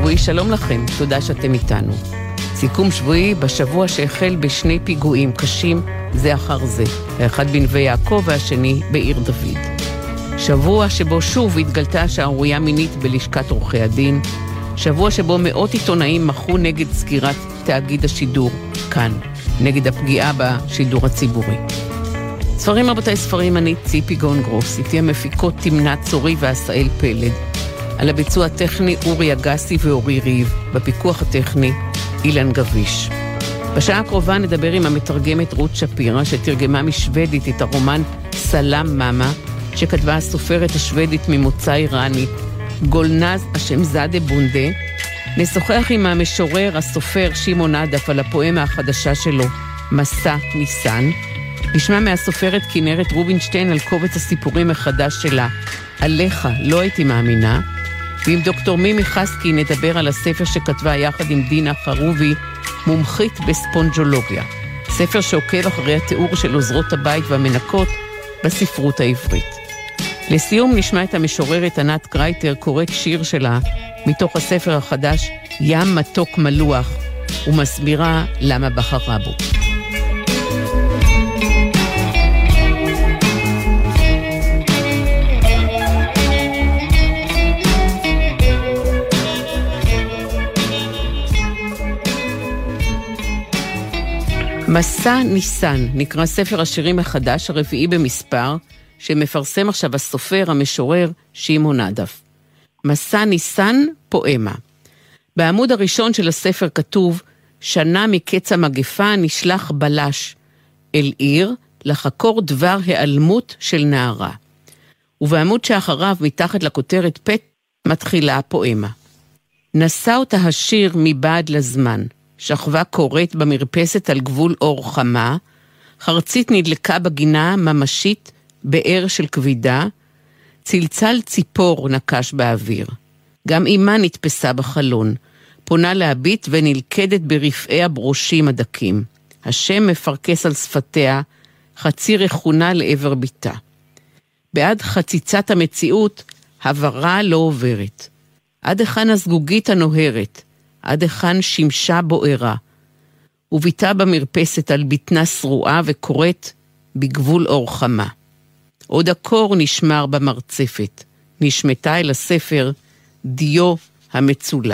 שבועי, שלום לכם, תודה שאתם איתנו. סיכום שבועי בשבוע שהחל בשני פיגועים קשים זה אחר זה, האחד בנווה יעקב והשני בעיר דוד. שבוע שבו שוב התגלתה שערורייה מינית בלשכת עורכי הדין, שבוע שבו מאות עיתונאים מחו נגד סגירת תאגיד השידור כאן, נגד הפגיעה בשידור הציבורי. ספרים רבותיי ספרים, אני ציפי גון-גרוס, איתי המפיקות תמנה צורי ועשאל פלד, על הביצוע הטכני אורי אגסי ואורי ריב, בפיקוח הטכני אילן גביש. בשעה הקרובה נדבר עם המתרגמת רות שפירה, שתרגמה משוודית את הרומן סלאם מאמה, שכתבה הסופרת השוודית ממוצא איראני, גולנז השמזאדה בונדה. נשוחח עם המשורר הסופר שמעון עדף על הפואמה החדשה שלו, מסע ניסן. נשמע מהסופרת כנרת רובינשטיין על קובץ הסיפורים מחדש שלה, עליך לא הייתי מאמינה. ועם דוקטור מימי חסקי נדבר על הספר שכתבה יחד עם דינה חרובי, מומחית בספונג'ולוגיה. ספר שעוקב אחרי התיאור של עוזרות הבית והמנקות בספרות העברית. לסיום נשמע את המשוררת ענת קרייטר קוראת שיר שלה מתוך הספר החדש ים מתוק מלוח, ומסבירה למה בחרה בו. מסע ניסן נקרא ספר השירים החדש הרביעי במספר, שמפרסם עכשיו הסופר המשורר שמעון עדף. מסע ניסן פואמה. בעמוד הראשון של הספר כתוב, שנה מקץ המגפה נשלח בלש אל עיר לחקור דבר העלמות של נערה. ובעמוד שאחריו מתחת לכותרת פת מתחילה הפואמה. נשא אותה השיר מבעד לזמן. שכבה קוראת במרפסת על גבול אור חמה, חרצית נדלקה בגינה ממשית באר של כבידה, צלצל ציפור נקש באוויר. גם אימה נתפסה בחלון, פונה להביט ונלכדת ברפאי הברושים הדקים. השם מפרקס על שפתיה, חצי רחונה לעבר ביתה. בעד חציצת המציאות, הברה לא עוברת. עד היכן הזגוגית הנוהרת, עד היכן שמשה בוערה, וביטה במרפסת על בטנה שרועה וקוראת בגבול אור חמה. עוד הקור נשמר במרצפת, נשמתה אל הספר דיו המצולה.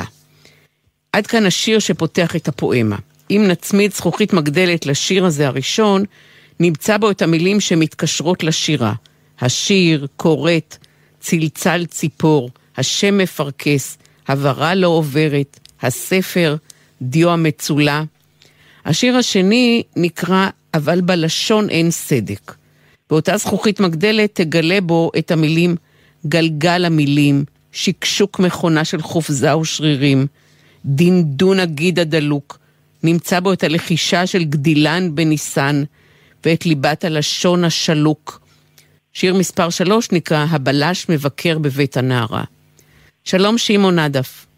עד כאן השיר שפותח את הפואמה. אם נצמיד זכוכית מגדלת לשיר הזה הראשון, נמצא בו את המילים שמתקשרות לשירה. השיר, קוראת, צלצל ציפור, השם מפרקס, הברה לא עוברת, הספר, דיו המצולה. השיר השני נקרא אבל בלשון אין סדק. באותה זכוכית מגדלת תגלה בו את המילים גלגל המילים, שקשוק מכונה של חופזה ושרירים, דינדון הגיד הדלוק. נמצא בו את הלחישה של גדילן בניסן, ואת ליבת הלשון השלוק. שיר מספר 3 נקרא הבלש מבקר בבית הנערה. שלום שמעון עדף.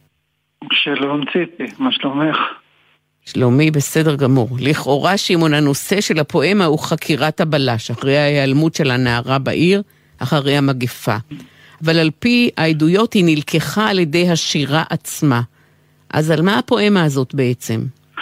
שלום ציפי, מה שלומך? שלומי בסדר גמור. לכאורה שמעון, הנושא של הפואמה הוא חקירת הבלש, אחרי ההיעלמות של הנערה בעיר, אחרי המגפה. אבל על פי העדויות היא נלקחה על ידי השירה עצמה. אז על מה הפואמה הזאת בעצם?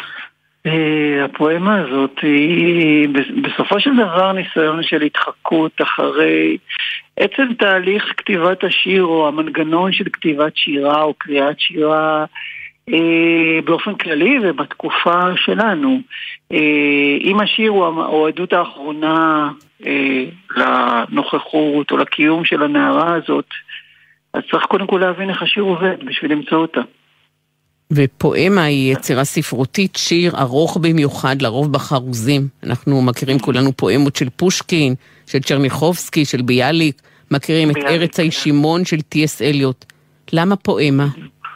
הפואמה הזאת היא בסופו של דבר ניסיון של התחקות אחרי עצם תהליך כתיבת השיר או המנגנון של כתיבת שירה או קריאת שירה באופן כללי ובתקופה שלנו. אם השיר הוא העדות האחרונה לנוכחות או לקיום של הנערה הזאת, אז צריך קודם כל להבין איך השיר עובד בשביל למצוא אותה. ופואמה היא יצירה ספרותית, שיר ארוך במיוחד, לרוב בחרוזים. אנחנו מכירים כולנו פואמות של פושקין, של צ'רניחובסקי, של ביאליק, מכירים את ארץ הישימון של טי.אס. אליוט. למה פואמה?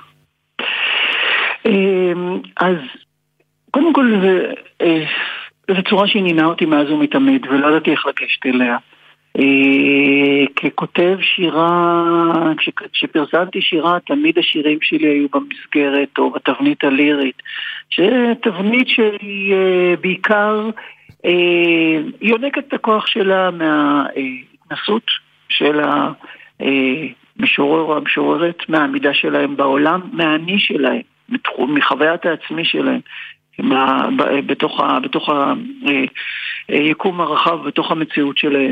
אז קודם כל זו צורה שעניינה אותי מאז ומתמיד, ולא ידעתי איך לגשת אליה. ככותב שירה, כשפרסמתי שירה, תמיד השירים שלי היו במסגרת או בתבנית הלירית, שתבנית שהיא בעיקר יונקת את הכוח שלה מההתנסות של משורר או המשוררת מהעמידה שלהם בעולם, מהאני שלהם, מחוויית העצמי שלהם, בתוך היקום הרחב, בתוך המציאות שלהם.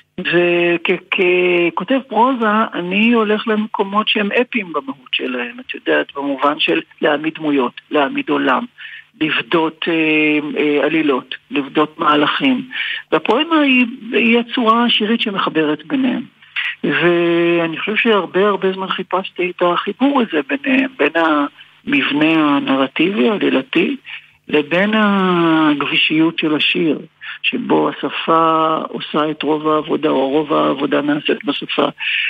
וככותב פרוזה, אני הולך למקומות שהם אפיים במהות שלהם, את יודעת, במובן של להעמיד דמויות, להעמיד עולם, לבדות עלילות, לבדות מהלכים. והפואמה היא הצורה השירית שמחברת ביניהם. ואני חושב שהרבה זמן חיפשתי את החיבור הזה ביניהם, בין המבנה הנרטיבי, העלילתי, לבין הגבישיות של השיר, שבו השפה עושה את רוב העבודה, או רוב העבודה נעשית בשפה.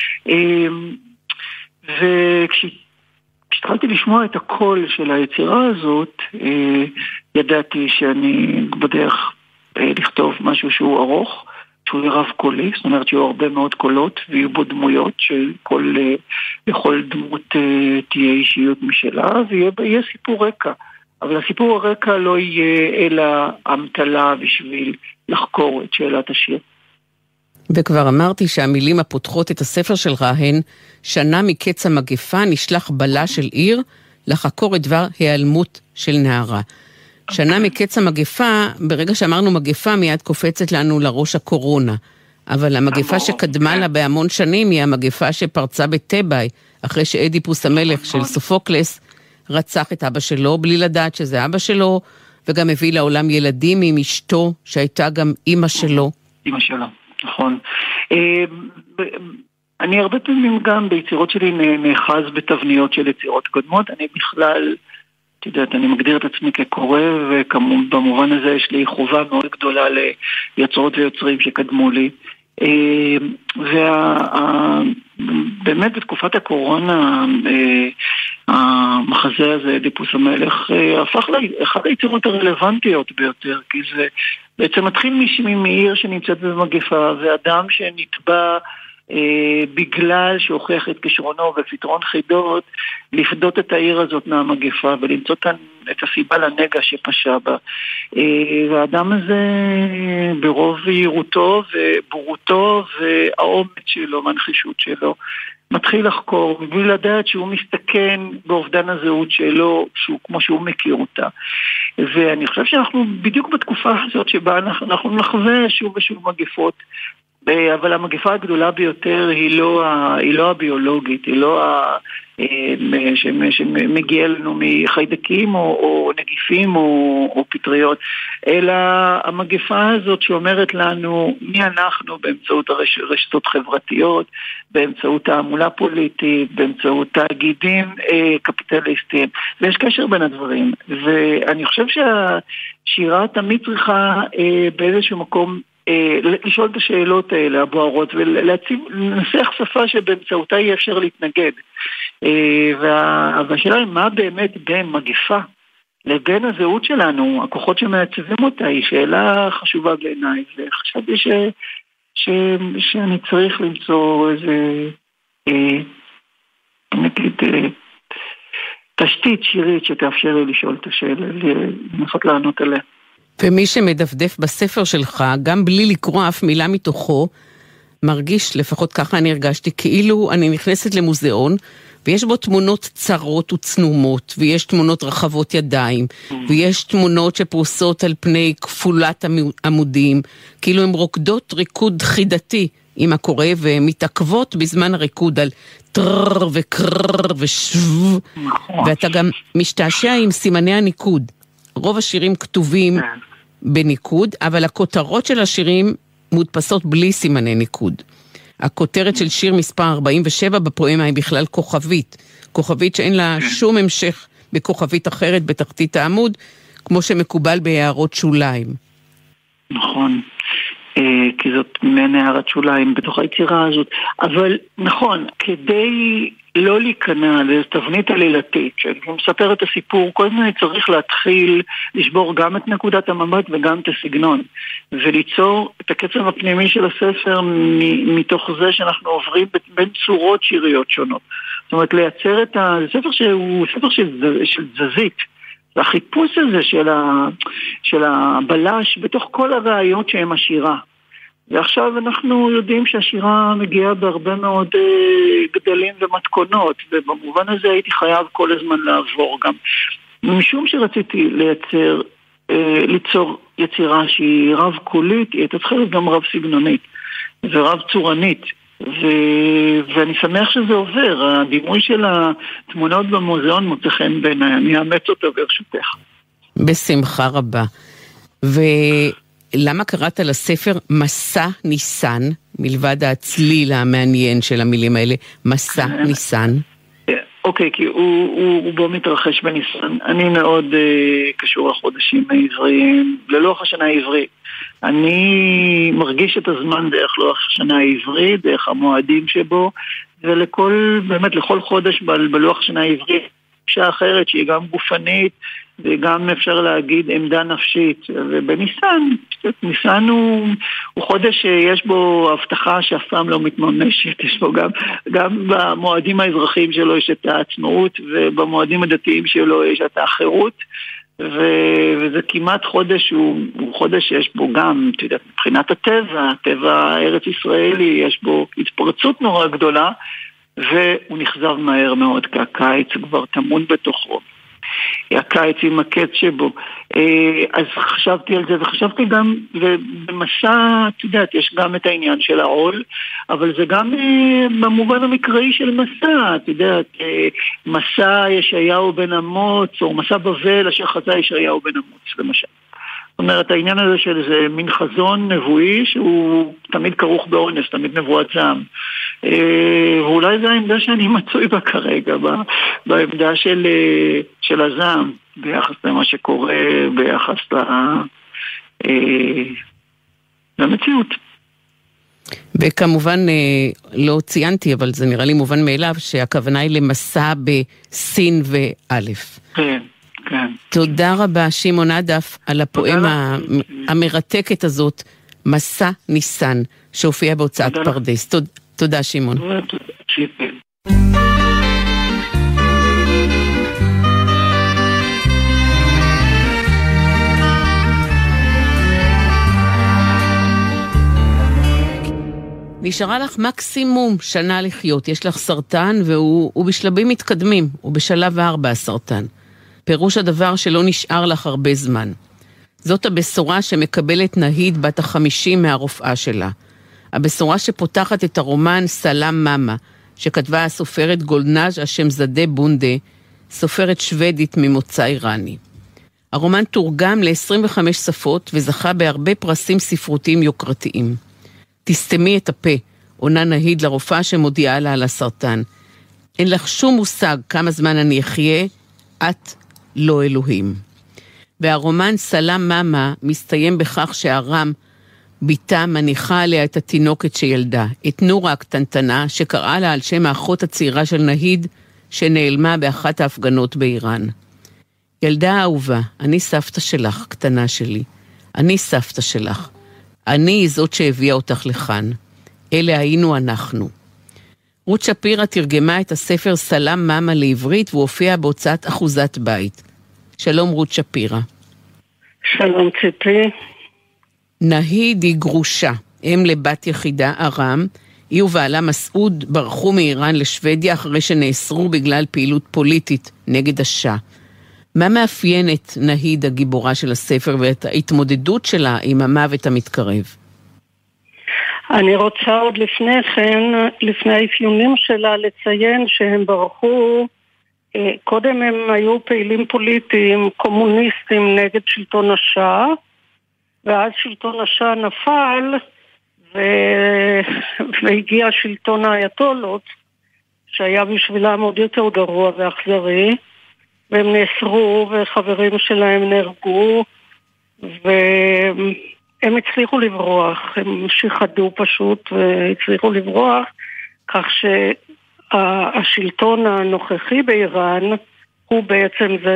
וכשהתחלתי לשמוע את הקול של היצירה הזאת, ידעתי שאני בדרך לכתוב משהו שהוא ארוך, שהוא יהיה רב קולי, זאת אומרת שיהיו הרבה מאוד קולות, ויהיו בו דמויות, שלכל דמות תהיה אישיות משלה, ויהיה סיפור רקע. אבל הסיפור הרקע לא יהיה אלא המתלה בשביל לחקור את שאלת השיר. וכבר אמרתי שהמילים הפותחות את הספר שלך הן, שנה מקץ המגפה נשלח בלה של עיר לחקור את דבר העלמות של נערה. שנה מקץ המגפה, ברגע שאמרנו מגפה מיד קופצת לנו לראש הקורונה, אבל המגפה שקדמה לה בהמון שנים היא המגפה שפרצה בטבעי, אחרי שאדיפוס המלך של סופוקלס רצח את אבא שלו, בלי לדעת שזה אבא שלו, וגם הביא לעולם ילדים עם אשתו, שהייתה גם אמא שלו. אמא שלו, נכון. אני הרבה פעמים גם ביצירות שלי נאחז בתבניות של יצירות קודמות, אני בכלל, את יודעת, אני מגדיר את עצמי כקורא, ובמובן הזה יש לי חובה מאוד גדולה ליוצרות ויוצרים שקדמו לי. ובאמת בתקופת הקורונה המחזה הזה, אדיפוס המלך, הפך לאחת היצירות הרלוונטיות ביותר, כי זה בעצם מתחיל מעיר שנמצאת במגפה, ואדם שנטבע בגלל שהוכיח את כישרונו בפתרון חידות, לפדות את העיר הזאת מהמגפה ולמצוא את הסיבה לנגע שפשע בה. והאדם הזה ברוב יהירותו ובורותו והאומץ שלו והנחישות שלו מתחיל לחקור מבלי לדעת שהוא מסתכן באובדן הזהות שלו כמו שהוא מכיר אותה. ואני חושב שאנחנו בדיוק בתקופה הזאת שבה אנחנו נחווה שוב ושוב מגפות, אבל המגפה הגדולה ביותר היא לא הביולוגית, היא לא שמגיע לנו מחיידקים או נגיפים או פטריות, אלא המגפה הזאת שאומרת לנו מי אנחנו באמצעות הרשתות חברתיות, באמצעות העמולה פוליטית, באמצעות תאגידים קפיטליסטיים, ויש קשר בין הדברים. ואני חושב שהשירה תמיד צריכה באיזשהו מקום לשאול את השאלות האלה הבוערות ולנסח שפה שבאמצעותה יהיה אפשר להתנגד. והשאלה היא מה באמת בין מגפה לבין הזהות שלנו, הכוחות שמעצבים אותה, היא שאלה חשובה בעיניי, וחשבתי שאני צריך למצוא איזה נגיד תשתית שירית שתאפשר לי לשאול את השאלה, לנסות לענות עליה. ומי שמדפדף בספר שלך, גם בלי לקרוא אף מילה מתוכו, מרגיש, לפחות ככה אני הרגשתי, כאילו אני נכנסת למוזיאון, ויש בו תמונות צרות וצנומות, ויש תמונות רחבות ידיים, ויש תמונות שפרוסות על פני כפולת עמודים, כאילו הן רוקדות ריקוד חידתי עם הקורא, ומתעכבות בזמן הריקוד על טרר וקרר ושב, ואתה גם משתעשע עם סימני הניקוד. רוב השירים כתובים בניקוד, אבל הכותרות של השירים מודפסות בלי סימני ניקוד. הכותרת של שיר מספר 47 בפואמה היא בכלל כוכבית. כוכבית שאין לה שום המשך בכוכבית אחרת בתחתית העמוד, כמו שמקובל בהערות שוליים. נכון. כי זאת מעין הערת שוליים בתוך היצירה הזאת. אבל נכון, כדי לא להיכנע לתבנית עלילתית, שמספר את הסיפור, כל הזמן צריך להתחיל לשבור גם את נקודת המבט וגם את הסגנון, וליצור את הקצב הפנימי של הספר מתוך זה שאנחנו עוברים בין צורות שיריות שונות. זאת אומרת, לייצר את הספר שהוא ספר של תזזית, והחיפוש הזה של הבלש בתוך כל הראיות שהם השירה. ועכשיו אנחנו יודעים שהשירה מגיעה בהרבה מאוד גדלים ומתכונות, ובמובן הזה הייתי חייב כל הזמן לעבור גם. משום שרציתי ליצור יצירה שהיא רב קולית, היא הייתה צריכה להיות גם רב סגנונית ורב צורנית, ואני שמח שזה עובר. הדימוי של התמונות במוזיאון מוצא חן בעיניי, אני אאמץ אותו ברשותך. בשמחה רבה. ולמה קראת לספר מסע ניסן, מלבד הצליל המעניין של המילים האלה, מסע ניסן? אוקיי, כי הוא בו מתרחש בניסן. אני מאוד קשור לחודשים העבריים, ללוח השנה העברי. אני מרגיש את הזמן דרך לוח השנה העברי, דרך המועדים שבו, באמת לכל חודש בלוח השנה העברי, שעה אחרת שהיא גם גופנית, וגם אפשר להגיד עמדה נפשית. ובניסן, ניסן הוא חודש שיש בו הבטחה שאף פעם לא מתממשת. יש בו גם במועדים האזרחיים שלו יש את העצמאות, ובמועדים הדתיים שלו יש את האחרות. וזה כמעט חודש, הוא חודש שיש בו גם, מבחינת הטבע הארץ ישראלי, יש בו התפרצות נורא גדולה, והוא נחזב מהר מאוד, כי הקיץ כבר תמון בתוכו. הקיץ עם הקץ שבו. אז חשבתי על זה, וחשבתי גם, ובמסע, את יודעת, יש גם את העניין של העול, אבל זה גם במובן המקראי של מסע, את יודעת, מסע ישעיהו בן אמוץ, או מסע בבל אשר חזה ישעיהו בן אמוץ, למשל. זאת אומרת, העניין הזה של זה מין חזון נבואי שהוא תמיד כרוך באונס, תמיד נבואת זעם. ואולי זו העמדה שאני מצוי בה כרגע, בעמדה של הזעם, ביחס למה שקורה, ביחס למציאות. וכמובן, לא ציינתי, אבל זה נראה לי מובן מאליו, שהכוונה היא למסע בסין ואלף. כן. כן. תודה רבה שמעון עדף על הפואמה המרתקת הזאת, מסע ניסן, שהופיע בהוצאת פרדס. תודה שמעון. נשארה לך מקסימום שנה לחיות, יש לך סרטן והוא בשלבים מתקדמים, הוא בשלב 4 הסרטן. פירוש הדבר שלא נשאר לך הרבה זמן. זאת הבשורה שמקבלת נהיד בת ה-50 מהרופאה שלה. הבשורה שפותחת את הרומן סלאם מאמה, שכתבה הסופרת גולדנז' השמזדה בונדה, סופרת שוודית ממוצא איראני. הרומן תורגם ל-25 שפות וזכה בהרבה פרסים ספרותיים יוקרתיים. תסתמי את הפה, עונה נהיד לרופאה שמודיעה לה על הסרטן. אין לך שום מושג כמה זמן אני אחיה, את לא אלוהים. והרומן סלאם מאמה מסתיים בכך שהרם ביתה מניחה עליה את התינוקת שילדה, את נורה הקטנטנה שקראה לה על שם האחות הצעירה של נהיד שנעלמה באחת ההפגנות באיראן. ילדה האהובה, אני סבתא שלך, קטנה שלי. אני סבתא שלך. אני זאת שהביאה אותך לכאן. אלה היינו אנחנו. רות שפירא תרגמה את הספר סלאם מאמה לעברית והופיע בהוצאת אחוזת בית. שלום רות שפירא. שלום ציפי. נהיד היא גרושה, אם לבת יחידה ארם. היא ובעלה מסעוד ברחו מאיראן לשוודיה אחרי שנאסרו בגלל פעילות פוליטית נגד השאה. מה מאפיין את נהיד הגיבורה של הספר ואת ההתמודדות שלה עם המוות המתקרב? אני רוצה עוד לפני כן, לפני האפיונים שלה, לציין שהם ברחו, קודם הם היו פעילים פוליטיים קומוניסטים נגד שלטון השאה, ואז שלטון השאה נפל, והגיע שלטון האייתולות, שהיה בשבילם עוד יותר גרוע ואכזרי, והם נאסרו וחברים שלהם נהרגו, והם הצליחו לברוח, הם שיחדו פשוט והצליחו לברוח, כך שהשלטון הנוכחי באיראן הוא בעצם זה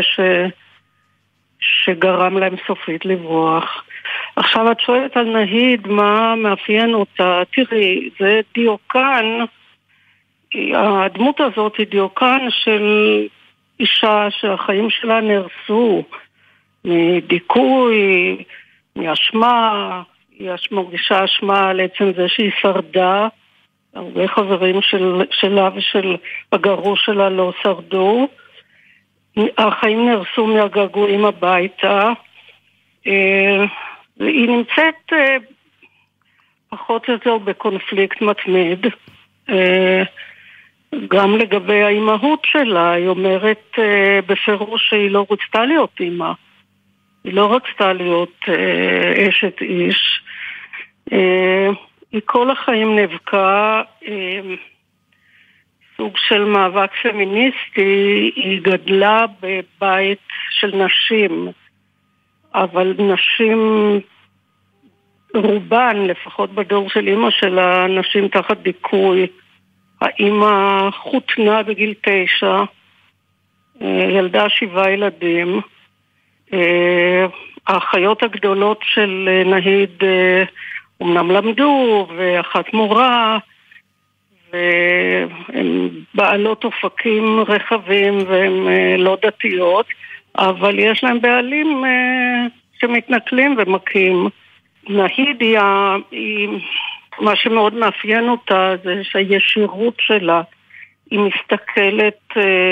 שגרם להם סופית לברוח. עכשיו את שואלת על נהיד, מה מאפיין אותה? תראי, זה דיוקן, הדמות הזאת היא דיוקן של אישה שהחיים שלה נרסו מדיכוי, מאשמה, היא מרגישה אשמה על עצם זה שהיא שרדה, הרבה חברים שלה ושל הגרוש שלה לא שרדו, החיים נהרסו מהגעגועים הביתה, והיא נמצאת פחות או יותר בקונפליקט מתמיד, גם לגבי האימהות שלה. היא אומרת בפירוש שהיא לא רצתה להיות אימא, היא לא רצתה להיות אשת איש, היא כל החיים נאבקה סוג של מאבק פמיניסטי. היא גדלה בבית של נשים, אבל נשים רובן, לפחות בדור של אמא שלה, נשים תחת דיכוי. האמא חותנה בגיל 9, ילדה 7 ילדים. האחיות הגדולות של נהיד אומנם למדו, ואחת מורה, והן בעלות אופקים רחבים, והן לא דתיות, אבל יש להם בעלים שמתנכלים ומכים. נהיד היא מה שמאוד מאפיין אותה זה שהישירות שלה, היא מסתכלת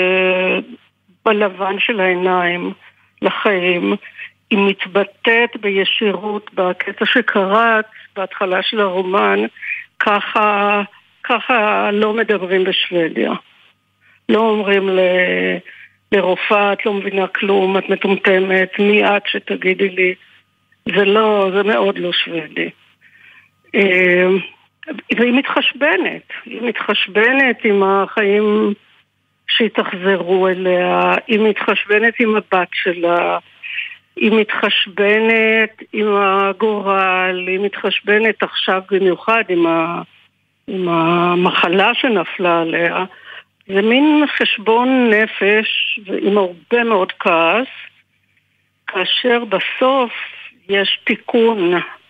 בלבן של העיניים לחיים, היא מתבטאת בישירות בקטע שקראת בהתחלה של הרומן. ככה לא מדברים בשוודיה. לא אומרים לרופאה, את לא מבינה כלום, את מטומטמת, מי את שתגידי לי. זה מאוד לא שוודי. והיא מתחשבנת עם החיים שהתאכזרו אליה, היא מתחשבנת עם הבת שלה, היא מתחשבנת עם הגורל, היא מתחשבנת עכשיו במיוחד עם המחלה שנפלה עליה. זה מין חשבון נפש ועם הרבה מאוד כעס, כאשר בסוף יש תיקון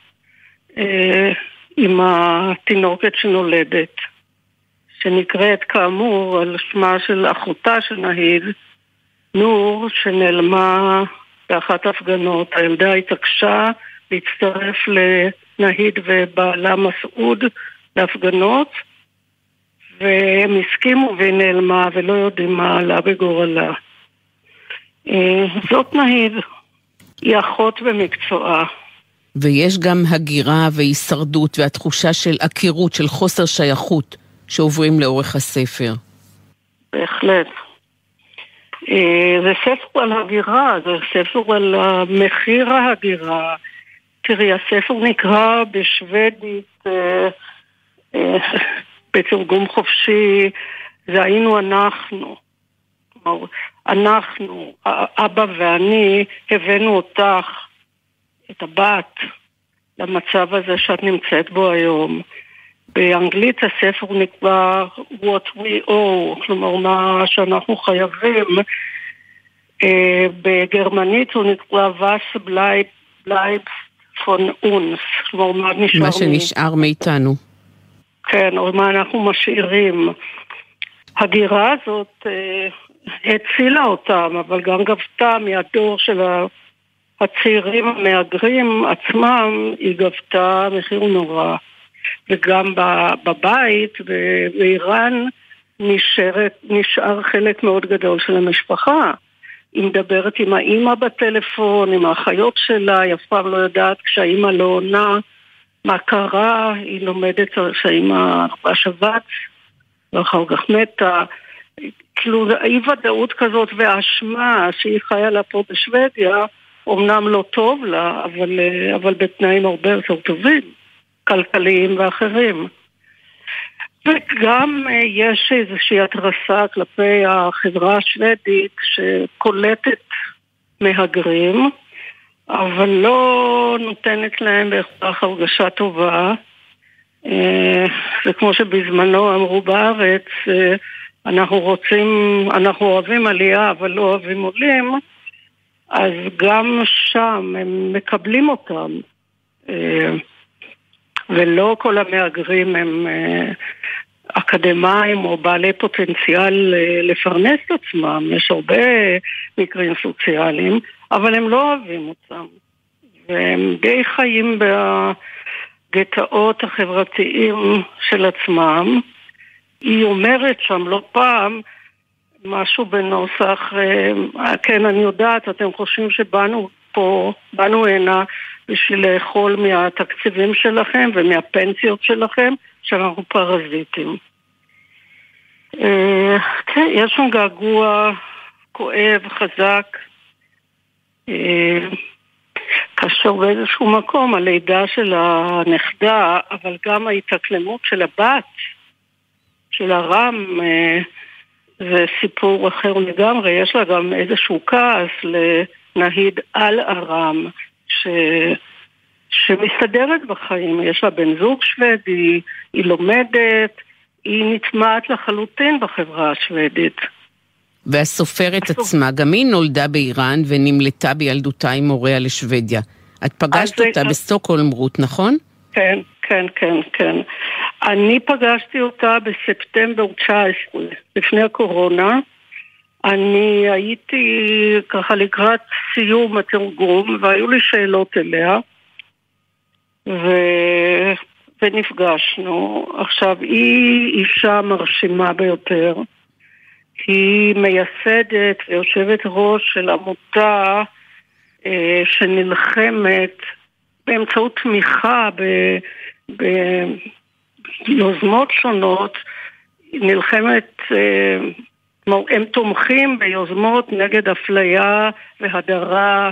עם התינוקת שנולדת, שנקראת כאמור על שמה של אחותה של נהיד, נור, שנעלמה באחת ההפגנות. הילדה התעקשה להצטרף לנהיד ובעלה מסעוד להפגנות, והם הסכימו והיא נעלמה ולא יודעים מה עלה בגורלה. זאת נהיד, היא אחות במקצועה. ויש גם הגירה והישרדות והתחושה של עקירות, של חוסר שייכות שעוברים לאורך הספר. בהחלט. זה ספר על הגירה, זה ספר על מחיר ההגירה. תראי, הספר נקרא בשוודית, בתרגום חופשי, זה היינו אנחנו. אנחנו, אבא ואני, הבאנו אותך, את הבת, למצב הזה שאת נמצאת בו היום. באנגלית הספר נקרא What We Owe, כלומר מה שאנחנו חייבים. בגרמנית הוא נקרא Was bleibt von uns, כלומר מה שנשאר מאיתנו. כן, או מה אנחנו משאירים. הגירה הזאת הצילה אותם, אבל גם גבתה מהדור של הצעירים המאגרים עצמם, היא גבתה מחיר נורא. וגם בבית באיראן נשאר חלק מאוד גדול של המשפחה. היא מדברת עם האמא בטלפון, עם האחיות שלה, היא אף פעם לא יודעת כשהאמא לא עונה מה קרה, היא לומדת שהאמא בשבץ ואחר כך מתה. כאילו אי ודאות כזאת והאשמה שהיא חיה לה פה בשוודיה, אמנם לא טוב לה, אבל בתנאים הרבה יותר טובים, כלכליים ואחרים. וגם יש איזושהי התרסה כלפי החברה השוודית שקולטת מהגרים, אבל לא נותנת להם בהכרח הרגשה טובה. וכמו שבזמנו אמרו בארץ, אנחנו אוהבים עלייה אבל לא אוהבים עולים, אז גם שם הם מקבלים אותם. ולא כל המאגרים הם אקדמיים או בעלי פוטנציאל לפרנס את עצמם. יש הרבה מקרים סוציאליים, אבל הם לא אוהבים אותם. והם די חיים הגטאות החברתיים של עצמם. היא אומרת שם לא פעם משהו בנוסח, כן, אני יודעת, אתם חושבים שבאנו פה, באנו הנה בשביל לאכול מהתקציבים שלכם ומהפנסיות שלכם, שאנחנו פרזיטים. כן, יש שם געגוע כואב, חזק, קשור באיזשהו מקום, הלידה של הנכדה, אבל גם ההתאקלמות של הבת, של הרם, זה סיפור אחר לגמרי. יש לה גם איזשהו כעס לנהיד על הרם, שמסתדרת בחיים. יש לה בן זוג שוודי, היא לומדת, היא נטמעת לחלוטין בחברה השוודית. והסופרת עצמה, גם היא נולדה באיראן ונמלטה בילדותה עם הוריה לשוודיה. את פגשת אותה בסטוקהולם, רות, נכון? כן, כן, כן, כן. אני פגשתי אותה בספטמבר 19, לפני הקורונה. אני הייתי ככה לקראת סיום התרגום, והיו לי שאלות אליה, ונפגשנו. עכשיו, היא אישה מרשימה ביותר. היא מייסדת ויושבת ראש של עמותה שנלחמת באמצעות תמיכה ביוזמות שונות, נלחמת, הם תומכים ביוזמות נגד אפליה והדרה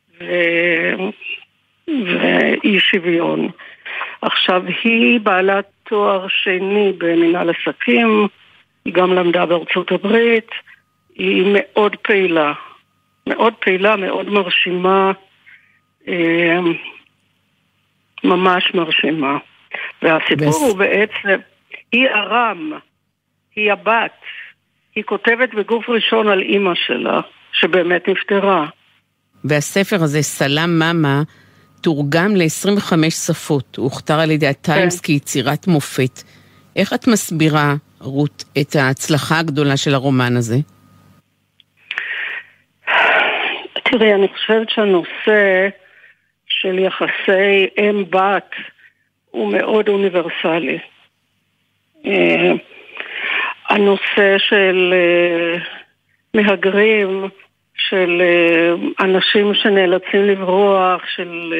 ואי שוויון. עכשיו, היא בעלת תואר שני במנהל עסקים, היא גם למדה בארצות הברית, היא מאוד פעילה, מאוד פעילה, מאוד מרשימה, ממש מרשימה. והסיפור הוא בעצם, היא הרם, היא הבת, היא כותבת בגוף ראשון על אמא שלה, שבאמת נפטרה. והספר הזה, סלאם מאמה, תורגם ל-25 שפות, הוא הוכתר על ידי הטיימס כיצירת מופת. איך את מסבירה, רות, את ההצלחה הגדולה של הרומן הזה? תראי, אני חושבת שהנושא של יחסי אם-בת הוא מאוד אוניברסלי. הנושא של מהגרים, של אנשים שנאלצים לברוח, של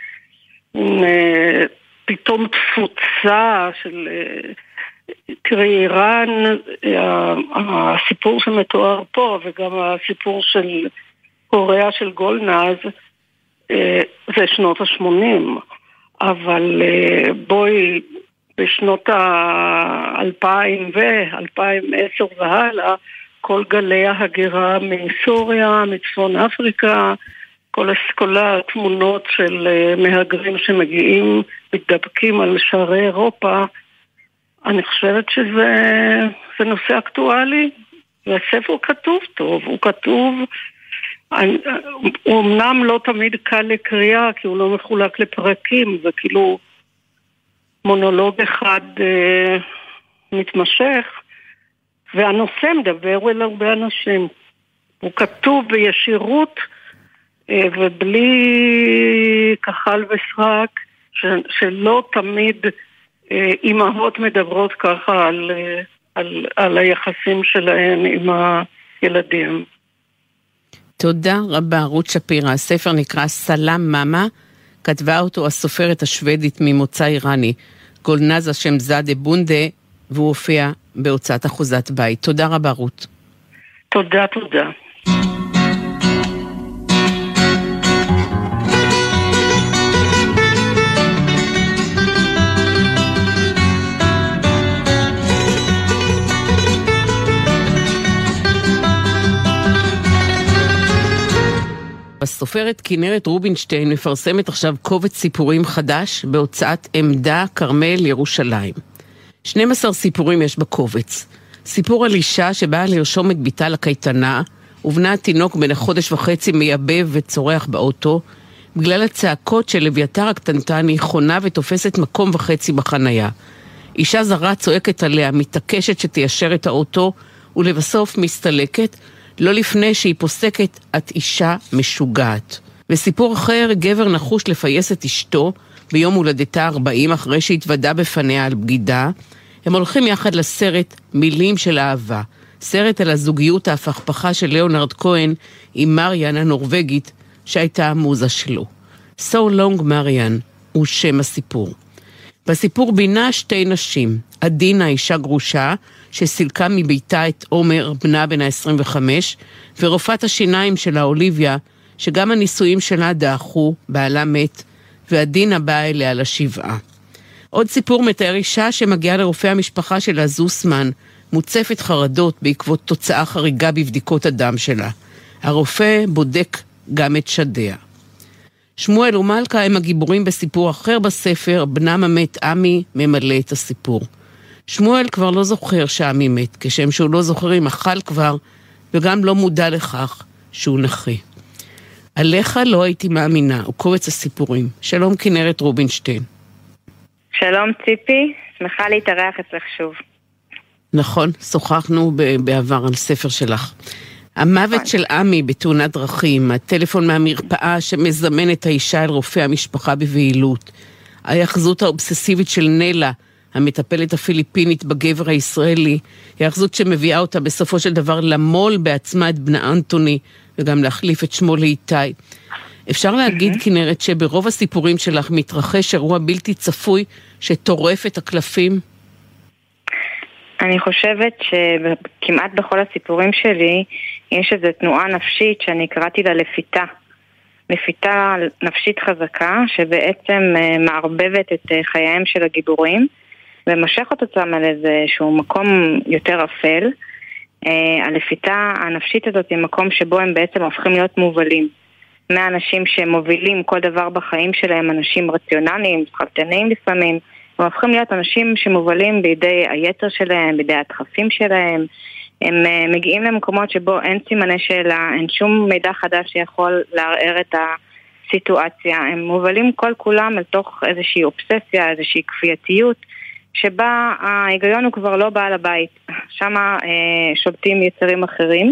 פתאום תפוצה, של תראי, איראן, הסיפור שמתואר פה, וגם הסיפור של קוריאה של גולנז, זה שנות ה-80, אבל בואי, בשנות ה-2000 ו-2010 והלאה, כל גלי ההגירה מסוריה, מצפון אפריקה, כל התמונות של מהגרים שמגיעים, מתדפקים על שערי אירופה, אני חושבת שזה נושא אקטואלי, והספר כתוב טוב, הוא כתוב, הוא אמנם לא תמיד קל לקריאה, כי הוא לא מחולק לפרקים, זה כאילו מונולוג אחד מתמשך, והנושא מדבר אל הרבה אנשים. הוא כתוב בישירות, ובלי כחל וסרק, שלא תמיד אימהות מדברות ככה על היחסים שלהן עם הילדים. תודה רבה, רות שפירא. הספר נקרא סלאם מאמה, כתבה אותו הסופרת השוודית ממוצא איראני, גולנז השמזאדה בונדה, והוא הופיע בהוצאת אחוזת בית. תודה רבה, רות. תודה, תודה. הסופרת כנרת רובינשטיין מפרסמת עכשיו קובץ סיפורים חדש בהוצאת עמדה כרמל ירושלים. 12 סיפורים יש בקובץ. סיפור על אישה שבאה לרשום את ביתה לקייטנה, ובנה התינוק בן החודש וחצי מייבב וצורח באוטו, בגלל הצעקות של אביתר הקטנטן היא חונה ותופסת מקום וחצי בחנייה. אישה זרה צועקת עליה, מתעקשת שתיישר את האוטו, ולבסוף מסתלקת, לא לפני שהיא פוסקת, את אישה משוגעת. וסיפור אחר, גבר נחוש לפייס את אשתו ביום הולדתה 40 אחרי שהתוודע בפניה על בגידה. הם הולכים יחד לסרט מילים של אהבה, סרט על הזוגיות ההפכפכה של ליאונרד כהן עם מריאן הנורווגית שהייתה המוזה שלו. So Long Marian הוא שם הסיפור. בסיפור בינה שתי נשים, עדינה אישה גרושה שסילקה מביתה את עומר בנה בן ה-25, ורופאת השיניים שלה אוליביה שגם הנישואים שלה דאחו, בעלה מת, ועדינה באה אליה לשבעה. עוד סיפור מתאר אישה שמגיעה לרופא המשפחה שלה זוסמן, מוצפת חרדות בעקבות תוצאה חריגה בבדיקות הדם שלה. הרופא בודק גם את שדיה. שמואל ומלכה הם הגיבורים בסיפור אחר בספר, בנם המת עמי ממלא את הסיפור. שמואל כבר לא זוכר שעמי מת, כשם שהוא לא זוכר אם אכל כבר, וגם לא מודע לכך שהוא נכה. עליך לא הייתי מאמינה, הוא קובץ הסיפורים. שלום כנרת רובינשטיין. שלום ציפי, שמחה להתארח אצלך שוב. נכון, שוחחנו בעבר על ספר שלך. המוות של עמי בתאונת דרכים, הטלפון מהמרפאה שמזמן את האישה אל רופא המשפחה בבהילות, ההיאחזות האובססיבית של נלה, המטפלת הפיליפינית בגבר הישראלי, היאחזות שמביאה אותה בסופו של דבר למול בעצמה את בנה אנטוני, וגם להחליף את שמו לאיתי. אפשר להגיד כנרת שברוב הסיפורים שלך מתרחש אירוע בלתי צפוי שטורף את הקלפים? אני חושבת שכמעט בכל הסיפורים שלי יש איזו תנועה נפשית שאני קראתי לה לפיתה. לפיתה נפשית חזקה שבעצם מערבבת את חייהם של הגיבורים ומשכת אותם על איזשהו מקום יותר אפל. הלפיתה הנפשית הזאת היא מקום שבו הם בעצם הופכים להיות מובלים. מהאנשים שמובילים כל דבר בחיים שלהם, אנשים רציונליים, שכלתניים לפעמים, הם הופכים להיות אנשים שמובלים בידי היתר שלהם, בידי הדחפים שלהם. הם מגיעים למקומות שבו אין סימני שאלה, אין שום מידע חדש שיכול לערער את הסיטואציה. הם מובלים כל כולם אל תוך איזושהי אובססיה, איזושהי כפייתיות, שבה ההיגיון הוא כבר לא בעל הבית. שם שולטים יצרים אחרים.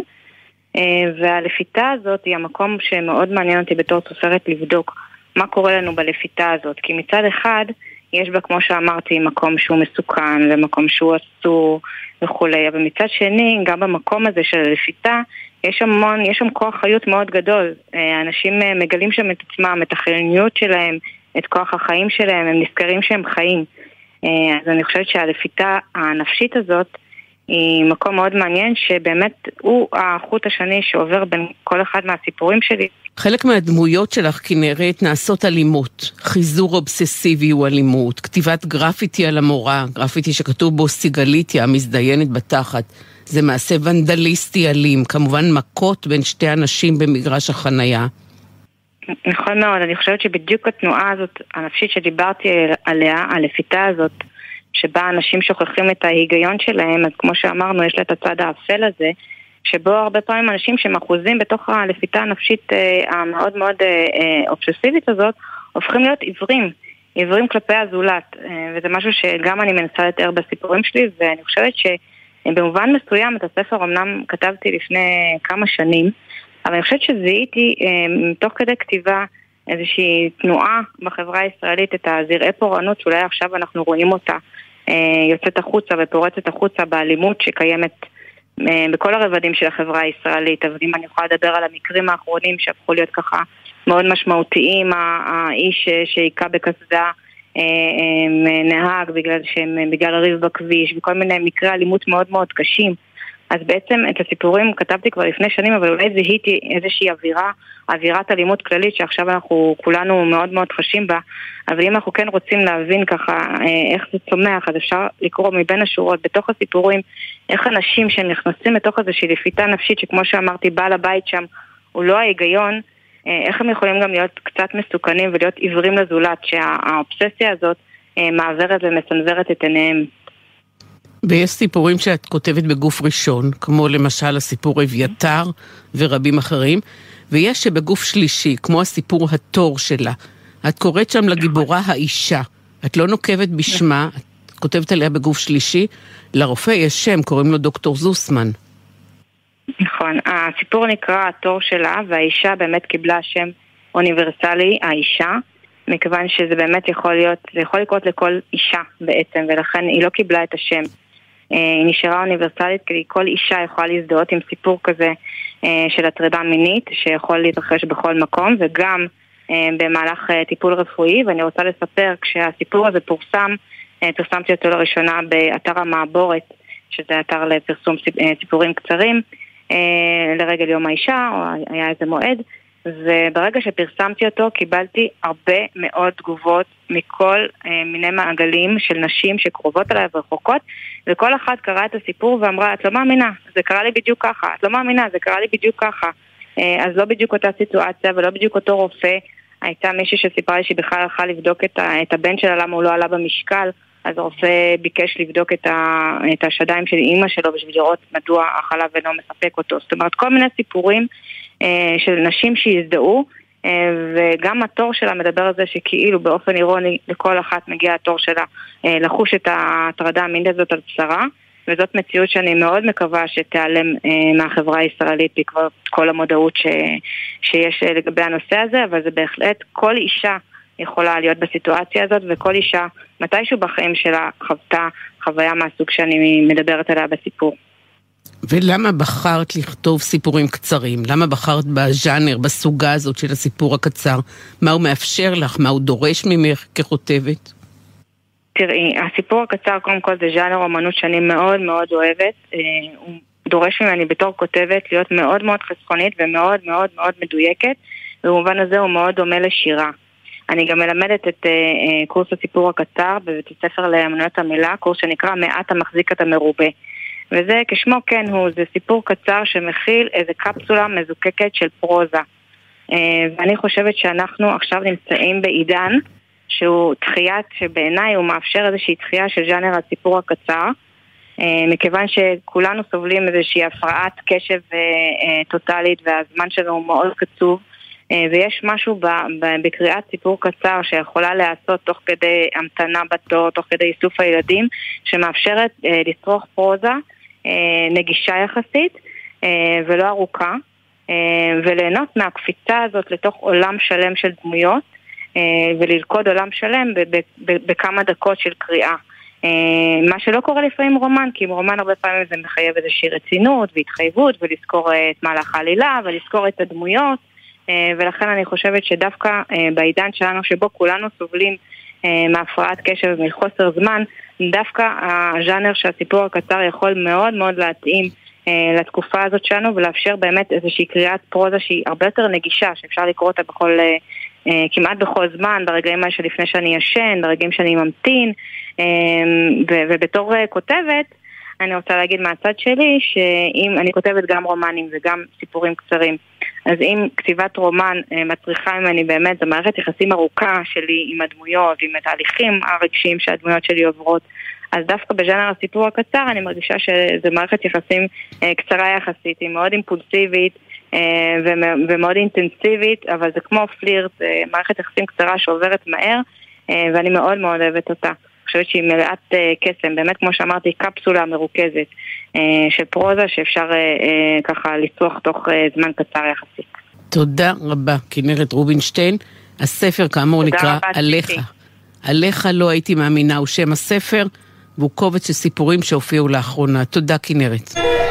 והלפיתה הזאת היא המקום שמאוד מעניין אותי בתור סופרת לבדוק מה קורה לנו בלפיתה הזאת. כי מצד אחד יש בה, כמו שאמרתי, מקום שהוא מסוכן ומקום שהוא אסור וכולי. אבל מצד שני, גם במקום הזה של הלפיתה, יש שם כוח חיות מאוד גדול. אנשים מגלים שם את עצמם, את החיוניות שלהם, את כוח החיים שלהם, הם נזכרים שהם חיים. אז אני חושבת שהלפיתה הנפשית הזאת היא מקום מאוד מעניין שבאמת הוא החוט השני שעובר בין כל אחד מהסיפורים שלי. חלק מהדמויות שלך כנרת נעשות אלימות, חיזור אובססיבי הוא אלימות, כתיבת גרפיטי על המורה, גרפיטי שכתוב בו סיגליטיה המזדיינת בתחת, זה מעשה ונדליסטי אלים, כמובן מכות בין שתי אנשים במגרש החנייה. נכון מאוד, אני חושבת שבדיוק התנועה הזאת, הנפשית שדיברתי עליה, הלפיתה הזאת, שבה אנשים שוכחים את ההיגיון שלהם, אז כמו שאמרנו, יש לה את הצד האפל הזה, שבו הרבה פעמים אנשים שמחוזים בתוך הלפיתה הנפשית המאוד מאוד אובססיבית הזאת, הופכים להיות עיוורים כלפי הזולת, וזה משהו שגם אני מנסה לתאר בסיפורים שלי, ואני חושבת שבמובן מסוים את הספר אמנם כתבתי לפני כמה שנים, אבל אני חושבת שזיהיתי תוך כדי כתיבה איזושהי תנועה בחברה הישראלית, את הזרעי פורענות שאולי עכשיו אנחנו רואים אותה יוצאת החוצה ופורצת החוצה באלימות שקיימת בכל הרבדים של החברה הישראלית. אבל אם אני יכולה לדבר על המקרים האחרונים שהפכו להיות ככה מאוד משמעותיים, האיש שהיכה בקסדה נהג בגלל הריב בכביש וכל מיני מקרי אלימות מאוד מאוד קשים. אז בעצם את הסיפורים כתבתי כבר לפני שנים, אבל אולי זיהיתי איזושהי אווירת אלימות כללית שעכשיו אנחנו כולנו מאוד מאוד חשים בה. אבל אם אנחנו כן רוצים להבין ככה איך זה צומח, אז אפשר לקרוא מבין השורות בתוך הסיפורים איך אנשים שנכנסים לתוך איזושהי לפיתה נפשית שכמו שאמרתי בעל הבית שם הוא לא ההיגיון, איך הם יכולים גם להיות קצת מסוכנים ולהיות עיוורים לזולת, שהאובססיה הזאת מעברת ומסנברת את עיניהם. ויש סיפורים שאת כותבת בגוף ראשון, כמו למשל הסיפור אביתר ורבים אחרים, ויש שבגוף שלישי, כמו הסיפור התור שלה. את קוראת שם לגיבורה האישה, את לא נוקבת בשמה, את כותבת עליה בגוף שלישי, לרופא יש שם, קוראים לו דוקטור זוסמן. נכון, הסיפור נקרא התור שלה, והאישה באמת קיבלה שם אוניברסלי, האישה, מכיוון שזה באמת יכול להיות, זה יכול לקרות לכל אישה בעצם, ולכן היא לא קיבלה את השם. היא נשארה אוניברסלית, כי כל אישה יכולה להזדהות עם סיפור כזה של הטרדה מינית, שיכול להתרחש בכל מקום, וגם במהלך טיפול רפואי. ואני רוצה לספר, כשהסיפור הזה פרסמתי אותו לראשונה באתר המעבורת, שזה אתר לפרסום סיפורים קצרים, לרגל יום האישה, או היה איזה מועד, וברגע שפרסמתי אותו קיבלתי הרבה מאוד תגובות מכל מיני מעגלים של נשים שקרובות עליי ורחוקות, וכל אחת קראה את הסיפור ואמרה, את לא מאמינה, זה קרה לי בדיוק ככה, את לא מאמינה, זה קרה לי בדיוק ככה. אז לא בדיוק אותה סיטואציה ולא בדיוק אותו רופא. הייתה מישהי שסיפרה לי שהיא בכלל הלכה לבדוק את הבן שלה, למה הוא לא עלה במשקל, אז הרופא ביקש לבדוק את השדיים של אמא שלו בשביל לראות מדוע החלב אינו מספק אותו. זאת אומרת, כל מיני סיפורים של נשים שהזדהו, וגם התור שלה מדבר על זה שכאילו באופן אירוני לכל אחת מגיע התור שלה לחוש את ההטרדה המינית הזאת על בשרה, וזאת מציאות שאני מאוד מקווה שתיעלם מהחברה הישראלית בעקבות כל המודעות שיש לגבי הנושא הזה, אבל זה בהחלט כל אישה יכולה להיות בסיטואציה הזאת, וכל אישה מתישהו בחיים שלה חוותה חוויה מהסוג שאני מדברת עליה בסיפור. ולמה בחרת לכתוב סיפורים קצרים? למה בחרת בז'אנר, בסוגה הזאת של הסיפור הקצר? מה הוא מאפשר לך? מה הוא דורש ממך ככותבת? תראי, הסיפור הקצר קודם כל זה ז'אנר אומנות שאני מאוד מאוד אוהבת. הוא דורש ממני בתור כותבת להיות מאוד מאוד חסכונית ומאוד מאוד מאוד מדויקת, ובמובן הזה הוא מאוד דומה לשירה. אני גם מלמדת את קורס הסיפור הקצר בבית הספר לאמנויות המילה, קורס שנקרא מעט המחזיק את המרובה. וזה כשמו כן הוא, זה סיפור קצר שמכיל איזה קפסולה מזוקקת של פרוזה. ואני חושבת שאנחנו עכשיו נמצאים בעידן שהוא דחיית, שבעיניי הוא מאפשר איזושהי דחייה של ז'אנר הסיפור הקצר, מכיוון שכולנו סובלים איזושהי הפרעת קשב טוטלית והזמן שלנו הוא מאוד קצוב, ויש משהו בקריאת סיפור קצר שיכולה לעשות תוך כדי המתנה בתור, תוך כדי איסוף הילדים, שמאפשרת לצרוך פרוזה נגישה יחסית ולא ארוכה, וליהנות מהקפיצה הזאת לתוך עולם שלם של דמויות, וללכוד עולם שלם בכמה דקות של קריאה. מה שלא קורה לפעמים רומן, כי עם רומן הרבה פעמים זה מחייב איזושהי רצינות והתחייבות, ולזכור את מהלך העלילה ולזכור את הדמויות, ולכן אני חושבת שדווקא בעידן שלנו שבו כולנו סובלים מהפרעת קשב ומחוסר זמן, דווקא הז'אנר שהסיפור הקצר יכול מאוד מאוד להתאים לתקופה הזאת שלנו, ולאפשר באמת איזושהי קריאת פרוזה שהיא הרבה יותר נגישה, שאפשר לקרוא אותה כמעט בכל זמן, ברגעים האלה שלפני שאני ישן, ברגעים שאני ממתין, ובתור כותבת, אני רוצה להגיד מהצד שלי, שאם אני כותבת גם רומנים וגם סיפורים קצרים, אז אם כתיבת רומן מצריכה ממני באמת, זו מערכת יחסים ארוכה שלי עם הדמויות, עם התהליכים הרגשיים שהדמויות שלי עוברות, אז דווקא בז'אנר הסיפור הקצר אני מרגישה שזו מערכת יחסים קצרה יחסית, היא מאוד אימפולסיבית ומאוד אינטנסיבית, אבל זה כמו פלירט, מערכת יחסים קצרה שעוברת מהר, ואני מאוד מאוד אוהבת אותה. אני חושבת שהיא מלאת קסם, באמת כמו שאמרתי, קפסולה מרוכזת של פרוזה שאפשר ככה לצרוך תוך זמן קצר יחסית. תודה רבה, כנרת רובינשטיין. הספר כאמור נקרא עליך. עליך לא הייתי מאמינה, הוא שם הספר, והוא קובץ של סיפורים שהופיעו לאחרונה. תודה כנרת.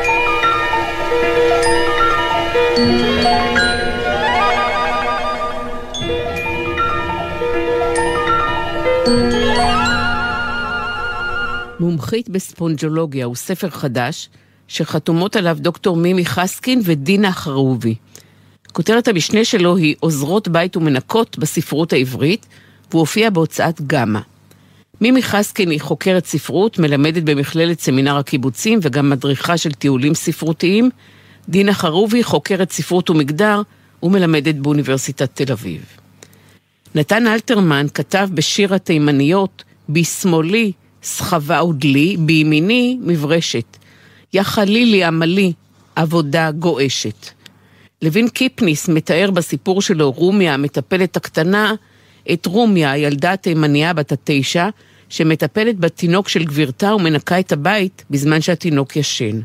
מומחית בספונג'ולוגיה הוא ספר חדש שחתומות עליו דוקטור מימי חסקין ודינה חרובי. כותרת המשנה שלו היא עוזרות בית ומנקות בספרות העברית, והוא הופיע בהוצאת גמה. מימי חסקין היא חוקרת ספרות, מלמדת במכללת סמינר הקיבוצים וגם מדריכה של טיולים ספרותיים. דינה חרובי חוקרת ספרות ומגדר ומלמדת באוניברסיטת תל אביב. נתן אלתרמן כתב בשיר התימניות, בשמאלי סחבה ודלי, בימיני מברשת. יחלי לי עמלי, עבודה גואשת. לוין קיפניס מתאר בסיפור שלו רומיה, המטפלת הקטנה, את רומיה, הילדה התימניה בת 9, שמטפלת בתינוק של גבירתה ומנקה את הבית בזמן שהתינוק ישן.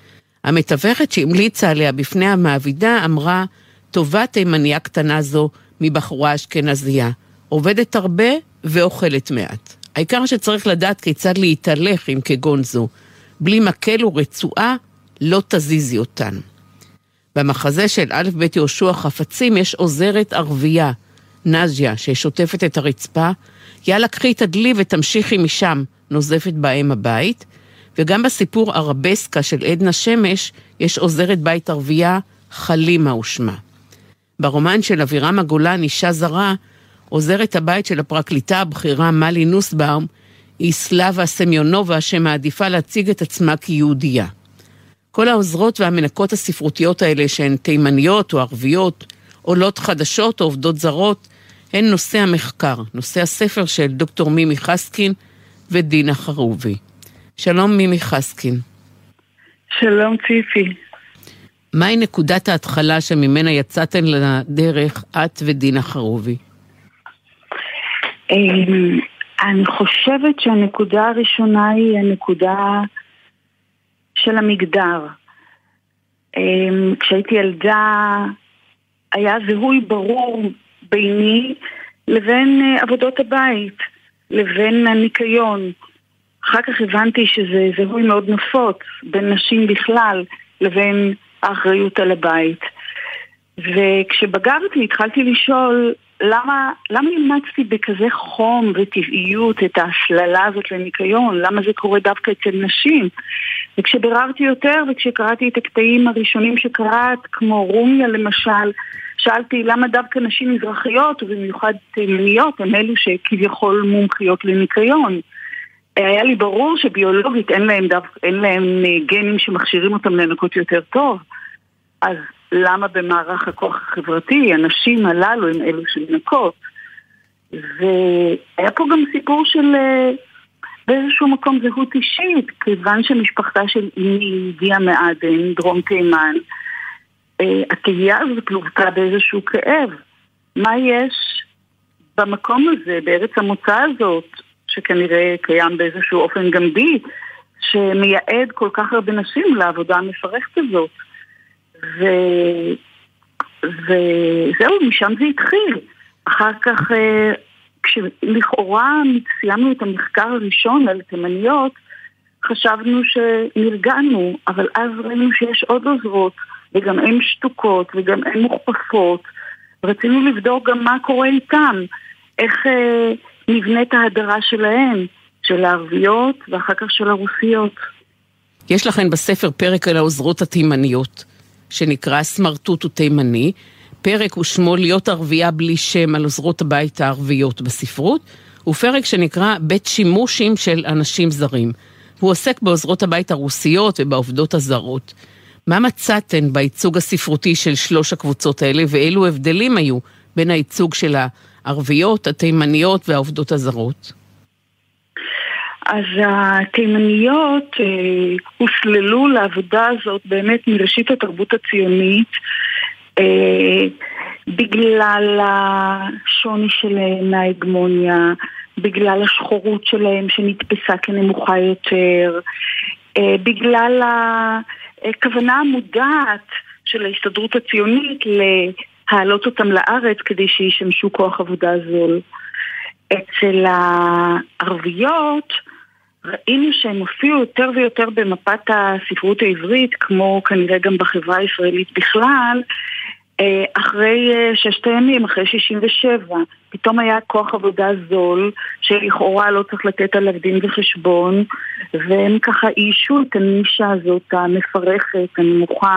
המתווכת שהמליצה עליה בפני המעבידה אמרה, טובה תימניה קטנה זו, מבחורה אשכנזייה. עובדת הרבה ואוכלת מעט. העיקר שצריך לדעת כיצד להתהלך עם כגון זו. בלי מקל ורצועה לא תזיזי אותן. במחזה של א' ב' יהושע חפצים יש עוזרת ערבייה, נז'יה, ששוטפת את הרצפה. יאללה, קחי את הדלי ותמשיכי משם, נוזפת בהם הבית. וגם בסיפור ערבסקה של עדנה שמש יש עוזרת בית ערבייה, חלימה ושמה. ברומן של אבירם הגולן, אישה זרה, עוזרת הבית של הפרקליטה הבכירה מלי נוסבאום, היא סלאבה סמיונובה שמעדיפה להציג את עצמה כיהודייה. כל העוזרות והמנקות הספרותיות האלה שהן תימניות או ערביות, עולות חדשות או עובדות זרות, הן נושא המחקר, נושא הספר של דוקטור מימי חסקין ודינה חרובי. שלום מימי חסקין. שלום ציפי. מהי נקודת ההתחלה שממנה יצאתן לדרך את ודינה חרובי? אני חושבת שהנקודה הראשונה היא הנקודה של המגדר. כשהייתי ילדה היה זיהוי ברור ביני לבין עבודות הבית, לבין הניקיון. אחר כך הבנתי שזה זיהוי מאוד נפוץ בין נשים בכלל לבין האחריות על הבית. וכשבגרתי התחלתי לשאול למה אימצתי בכזה חום וטבעיות את ההסללה הזאת לניקיון? למה זה קורה דווקא אצל נשים? וכשבררתי יותר וכשקראתי את הקטעים הראשונים שקראת, כמו רומיה למשל, שאלתי למה דווקא נשים מזרחיות ובמיוחד תימניות הן אלו שכביכול מומחיות לניקיון. היה לי ברור שביולוגית אין להם גנים שמכשירים אותם לנקות יותר טוב. אז למה במערך הכוח החברתי הנשים הללו הם אלו שמנקות? והיה פה גם סיפור של באיזשהו מקום זהות אישית, כיוון שמשפחתה של אמי הגיעה מעדן, דרום תימן, התהייה הזאת לובטה באיזשהו כאב. מה יש במקום הזה, בארץ המוצא הזאת, שכנראה קיים באיזשהו אופן גמדי, שמייעד כל כך הרבה נשים לעבודה המפרכת הזאת? וזהו, משם זה התחיל. אחר כך, כשלכאורה סיימנו את המחקר הראשון על תימניות, חשבנו שנרגענו, אבל אז ראינו שיש עוד עוזרות, וגם הן שתוקות, וגם הן מוכפפות. רצינו לבדוק גם מה קורה איתן, איך נבנית ההדרה שלהן, של הערביות, ואחר כך של הרוסיות. יש לכן בספר פרק על העוזרות התימניות, שנקרא סמרטוט ותימני. פרק הוא שמו להיות ערבייה בלי שם על עוזרות הבית הערביות בספרות, ופרק שנקרא בית שימושים של אנשים זרים. הוא עוסק בעוזרות הבית הרוסיות ובעובדות הזרות. מה מצאתן בייצוג הספרותי של שלוש הקבוצות האלה, ואילו הבדלים היו בין הייצוג של הערביות, התימניות והעובדות הזרות? אז התימניות הוסללו לעבודה הזאת באמת מראשית התרבות הציונית, בגלל השוני שלהם מההגמוניה, בגלל השחורות שלהם שנתפסה כנמוכה יותר, בגלל הכוונה המודעת של ההסתדרות הציונית להעלות אותם לארץ כדי שישמשו כוח עבודה זול. אצל הערביות ראינו שהם הופיעו יותר ויותר במפת הספרות העברית, כמו כנראה גם בחברה הישראלית בכלל, אחרי ששת הימים, אחרי 67. פתאום היה כוח עבודה זול, שלכאורה לא צריך לתת עליו דין וחשבון, והם ככה אישו את הנישה הזאת, המפרכת, הנמוכה,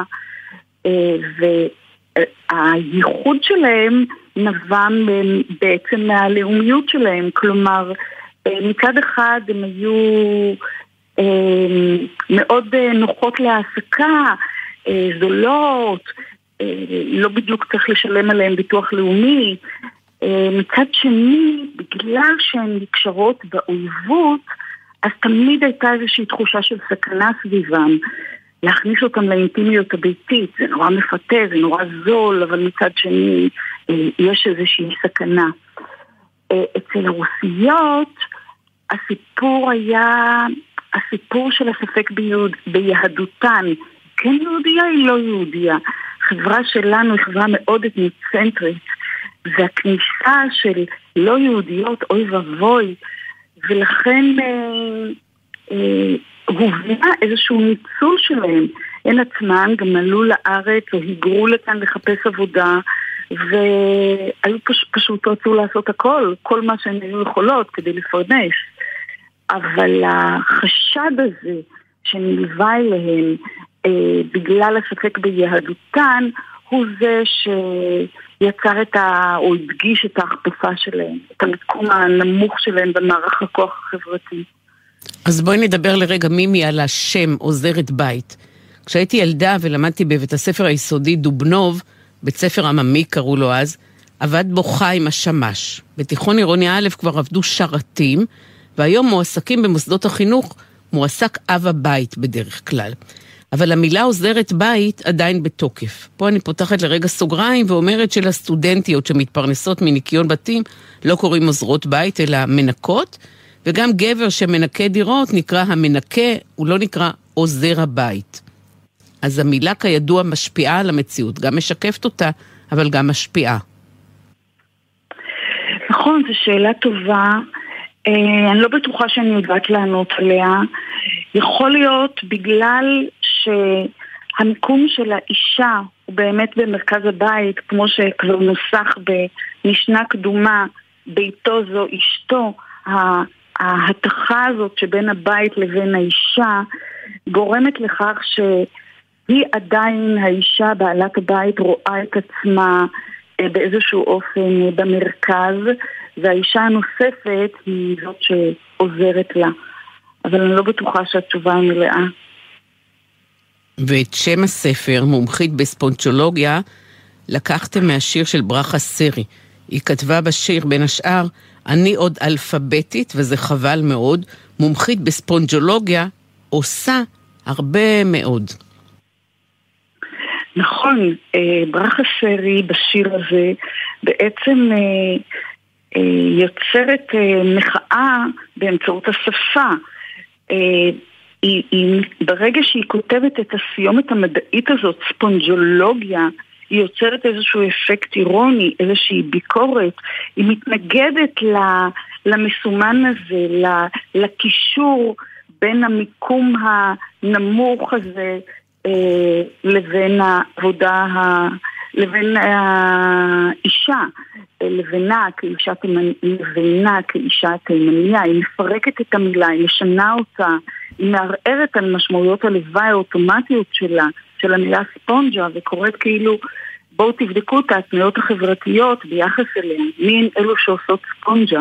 והייחוד שלהם נבע בעצם מהלאומיות שלהם. כלומר, מצד אחד הם היו מאוד נוחות להעסקה, זולות, לא בדיוק צריך לשלם עליהם ביטוח לאומי. מצד שני, בגלל שהן נקשרות באויבות, אז תמיד הייתה איזושהי תחושה של סכנה סביבם. להכניס אותם לאינטימיות הביתית, זה נורא מפתה, זה נורא זול, אבל מצד שני יש איזושהי סכנה. אצל הרוסיות הסיפור היה הסיפור של הספק ביהדותן. כן יהודיה היא לא יהודיה. החברה שלנו היא חברה מאוד אתנוצנטרית. והכניסה של לא יהודיות אוי ובוי, ולכן הובנה איזשהו ניצול שלהם. הן עצמן גם עלו לארץ או היגרו לכאן לחפש עבודה, והיו פשוט רצו לעשות הכל, כל מה שהן היו יכולות כדי לפרנס. אבל החשד הזה שנלווה אליהם בגלל הספק ביהדותן, הוא זה שיצר או הדגיש את ההכפפה שלהם, את המקום הנמוך שלהם במערך הכוח החברתי. אז בואי נדבר לרגע מימי על השם עוזרת בית. כשהייתי ילדה ולמדתי בבית הספר היסודי דובנוב, בית ספר עממי קראו לו אז, עבד בו חיים השמש. בתיכון עירוני א' כבר עבדו שרתים, והיום מועסקים במוסדות החינוך, מועסק אב הבית בדרך כלל. אבל המילה עוזרת בית עדיין בתוקף. פה אני פותחת לרגע סוגריים ואומרת שלסטודנטיות שמתפרנסות מניקיון בתים לא קוראים עוזרות בית אלא מנקות, וגם גבר שמנקה דירות נקרא המנקה, הוא לא נקרא עוזר הבית. אז המילה כידוע משפיעה על המציאות, גם משקפת אותה, אבל גם משפיעה. נכון, זו שאלה טובה. אני לא בטוחה שאני יודעת לענות עליה. יכול להיות בגלל שהמיקום של האישה הוא באמת במרכז הבית, כמו שכבר נוסח במשנה קדומה, ביתו זו אשתו, ההתחה הזאת שבין הבית לבין האישה גורמת לכך שהיא עדיין, האישה בעלת הבית, רואה את עצמה באיזשהו אופן במרכז, והאישה הנוספת היא זאת שעוזרת לה. אבל אני לא בטוחה שהתשובה מלאה. ואת שם הספר, מומחית בספונג'ולוגיה, לקחתם מהשיר של ברכה סרי. היא כתבה בשיר בין השאר, אני עוד אלפביתית, וזה חבל מאוד, מומחית בספונג'ולוגיה, עושה הרבה מאוד. נכון, ברכה סרי בשיר הזה בעצם יוצרת מחאה באמצעות השפה. ברגע שהיא כותבת את הסיומת המדעית הזאת, ספונג'ולוגיה, היא יוצרת איזשהו אפקט אירוני, איזושהי ביקורת, היא מתנגדת למסומן הזה, לקישור בין המיקום הנמוך הזה לבין העבודה, לבין האישה, לבינה כאישה תימניה, היא מפרקת את המילה, היא משנה אותה, היא מערערת על משמעויות הלוואי האוטומטיות שלה, של המילה ספונג'ה, וקוראת כאילו, בואו תבדקו את ההתניות החברתיות ביחס אליהן, מי הן אלו שעושות ספונג'ה.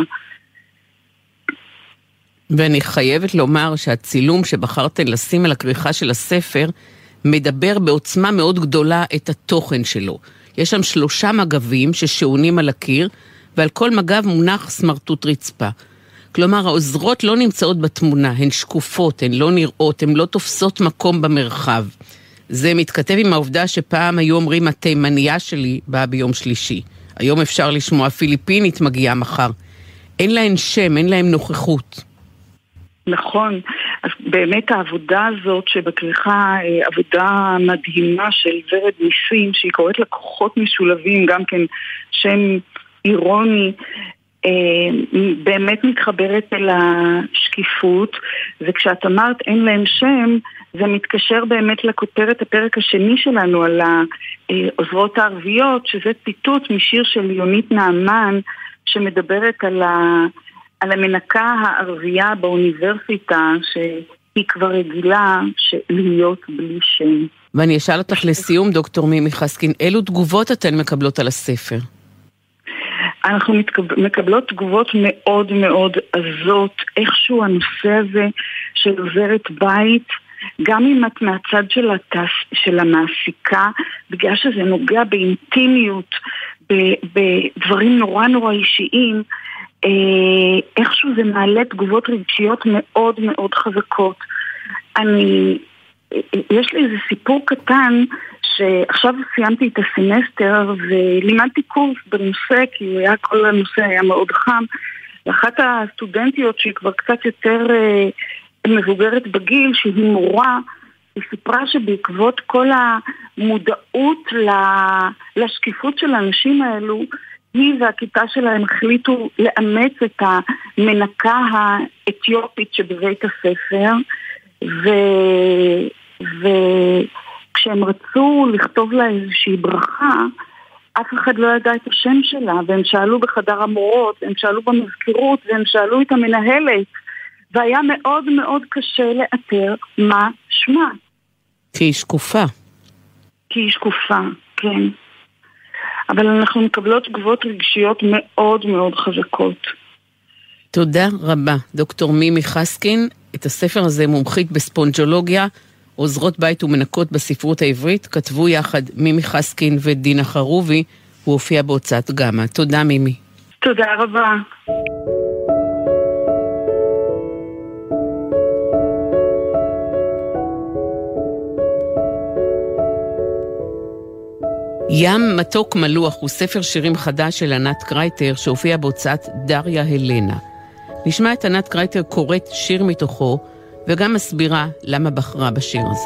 ואני חייבת לומר שהצילום שבחרתן לשים על הכריכה של הספר, מדבר בעוצמה מאוד גדולה את התוכן שלו. יש שם 3 מגבים ששעונים על הקיר, ועל כל מגב מונח סמרטוט רצפה. כלומר, העוזרות לא נמצאות בתמונה, הן שקופות, הן לא נראות, הן לא תופסות מקום במרחב. זה מתכתב עם העובדה שפעם היו אומרים, התימניה שלי באה ביום שלישי. היום אפשר לשמוע, פיליפינית מגיעה מחר. אין להן שם, אין להן נוכחות. נכון, אז באמת העבודה הזאת שבכריכה, עבודה מדהימה של ורד ניסים, שהיא קוראת לקוחות משולבים, גם כן שם אירוני, באמת מתחברת אל השקיפות, וכשאת אמרת אין להם שם, זה מתקשר באמת לכותרת הפרק השני שלנו על העוזרות הערביות, שזה ציטוט משיר של יונית נעמן, שמדברת על המנקה הערבייה באוניברסיטה, שהיא כבר רגילה להיות בלי שם. ואני אשאל אותך לסיום, דוקטור מימי חסקין, אילו תגובות אתן מקבלות על הספר? אנחנו מקבלות תגובות מאוד מאוד עזות, איכשהו הנושא הזה של עוזרת בית, גם אם את מהצד של המעסיקה, בגלל שזה נוגע באינטימיות, בדברים נורא נורא אישיים, איכשהו זה מעלה תגובות רגשיות מאוד מאוד חזקות. יש לי איזה סיפור קטן, שעכשיו סיימתי את הסמסטר ולימדתי קורס בנושא, כי כל הנושא היה מאוד חם, ואחת הסטודנטיות שהיא כבר קצת יותר מבוגרת בגיל, שהיא מורה, היא סיפרה שבעקבות כל המודעות לשקיפות של האנשים האלו, היא והכיתה שלהם החליטו לאמץ את המנקה האתיופית שבבית הספר, וכשהם רצו לכתוב לה איזושהי ברכה, אף אחד לא ידע את השם שלה, והם שאלו בחדר המורות, הם שאלו במזכירות, והם שאלו את המנהלת, והיה מאוד מאוד קשה לאתר מה שמה. כי היא שקופה. כי היא שקופה, כן. אבל אנחנו מקבלות תגובות רגשיות מאוד מאוד חזקות. תודה רבה, דוקטור מימי חסקין. את הספר הזה, מומחית בספונג'ולוגיה, עוזרות בית ומנקות בספרות העברית, כתבו יחד מימי חסקין ודינה חרובי, הוא הופיע בהוצאת גמא. תודה מימי. תודה רבה. ים מתוק מלוח הוא ספר שירים חדש של ענת קרייטר שהופיע בהוצאת דריה הלנה. נשמע את ענת קרייטר קוראת שיר מתוכו וגם מסבירה למה בחרה בשיר הזה.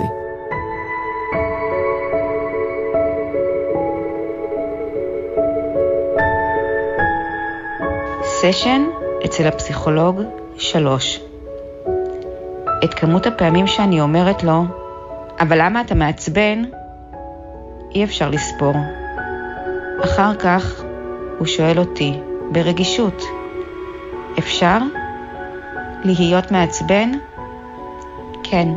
סשן אצל הפסיכולוג 3. את כמות הפעמים שאני אומרת לו, אבל למה אתה מעצבן? אי אפשר לספור. אחר כך הוא שואל אותי ברגישות, אפשר להיות מעצבן? כן.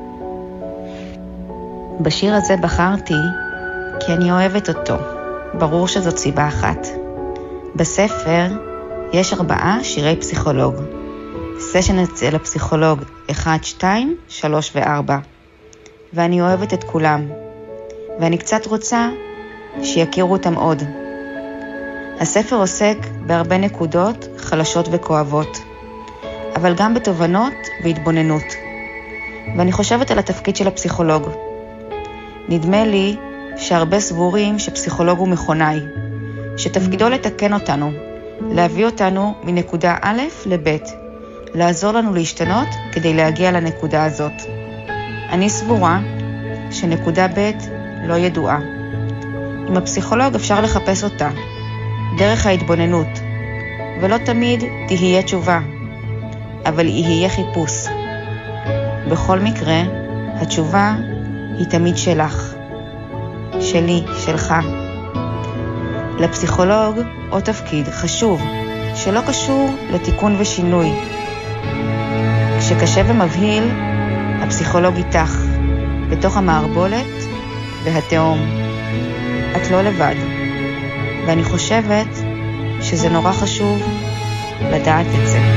בשיר הזה בחרתי כי אני אוהבת אותו. ברור שזאת סיבה אחת. בספר יש 4 שירי פסיכולוג. סשן אצל הפסיכולוג 1, 2, 3 ו-4. ואני אוהבת את כולם. ואני קצת רוצה שיכירו אותם עוד. הספר עוסק בהרבה נקודות חלשות וכואבות, אבל גם בתובנות והתבוננות. ואני חושבת על התפקיד של הפסיכולוג. נדמה לי שהרבה סבורים שפסיכולוג הוא מכונאי, שתפקידו לתקן אותנו, להביא אותנו מנקודה א' לב', לעזור לנו להשתנות כדי להגיע לנקודה הזאת. אני סבורה שנקודה ב' לא ידועה. עם הפסיכולוג אפשר לחפש אותה, דרך ההתבוננות, ולא תמיד תהיה תשובה, אבל יהיה חיפוש. בכל מקרה, התשובה היא תמיד שלך, שלי, שלך. לפסיכולוג עוד תפקיד חשוב, שלא קשור לתיקון ושינוי. כשקשה ומבהיל, הפסיכולוג איתך, בתוך המערבולת והתאום. את לא לבד, ואני חושבת שזה נורא חשוב לדעת את זה.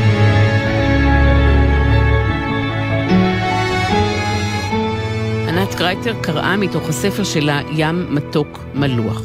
ענת קרייטר קראה מתוך הספר שלה ים מתוק מלוח.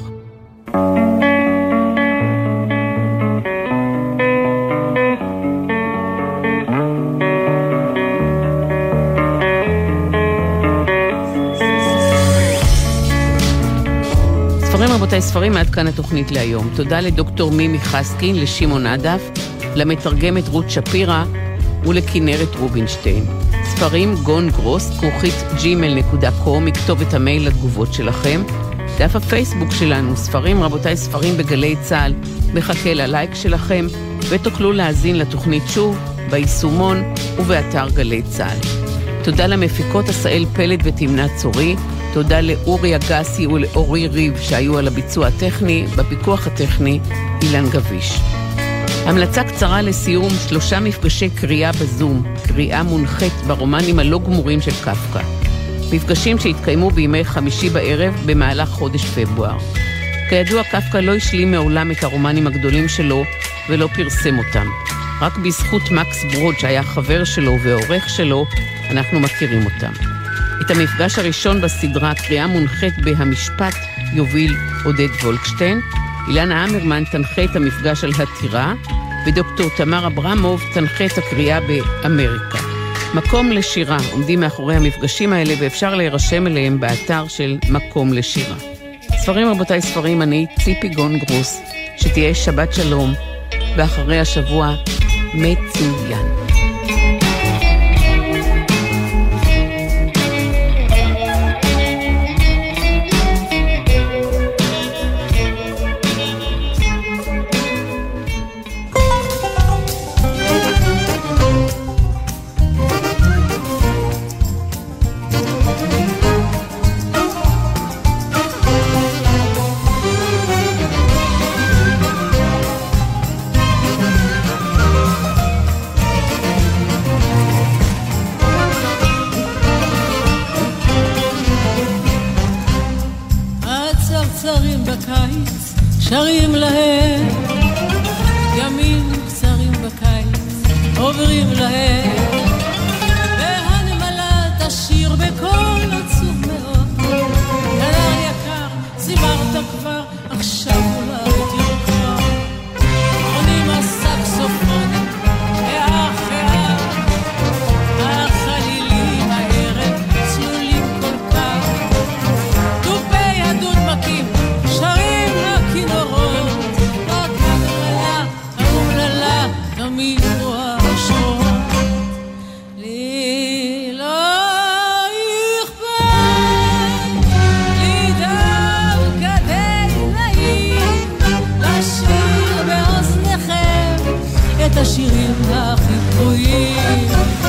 רבותיי, ספרים עד כאן התוכנית להיום. תודה לדוקטור מימי חסקין, לשמעון עדף, למתרגמת רות שפירא ולכנרת רובינשטיין. ספרים גון גרוס, @gmail.com, מכתובת המייל לתגובות שלכם. דף הפייסבוק שלנו, ספרים רבותיי, ספרים בגלי צהל, מחכה ללייק שלכם, ותוכלו להאזין לתוכנית שוב ביישומון ובאתר גלי צהל. תודה למפיקות ישראל פלד ותמנה צורי, תודה לאורי אגסי ולאורי ריב שהיו על הביצוע הטכני, בפיקוח הטכני אילן גביש. המלצה קצרה לסיום, 3 מפגשי קריאה בזום, קריאה מונחית ברומנים הלא גמורים של קפקא. מפגשים שהתקיימו בימי חמישי בערב במהלך חודש פברואר. כידוע, קפקא לא השלים מעולם את הרומנים הגדולים שלו ולא פרסם אותם. רק בזכות מקס ברוד שהיה חבר שלו ועורך שלו, אנחנו מכירים אותם. את המפגש הראשון בסדרה קריאה מונחית בהמשפט יוביל עודד וולקשטיין, אילנה אמרמן תנחה את המפגש על הטירה, ודוקטור תמר אברמוב תנחה את הקריאה באמריקה. מקום לשירה עומדים מאחורי המפגשים האלה, ואפשר להירשם אליהם באתר של מקום לשירה. ספרים רבותיי, ספרים, אני ציפי גון גרוס, שתהיה שבת שלום, ואחרי השבוע מצוין. שרים להם, ימים קצרים בקיץ עוברים להם, והנמלה תשיר בקול עצוב מאוד. ילד יקר, סימרת כבר, עכשיו אולי תרקע. עונים הסקסופונים, האח האח, החלילים הערב צלולים כל כך, טופי הדוד מקים שרים הכינורות, הכנריה האומללה תמיד רואה שחור. לי לא אכפת, לי דווקא די נעים לשיר באוזניכם את השירים הכי גבוהים,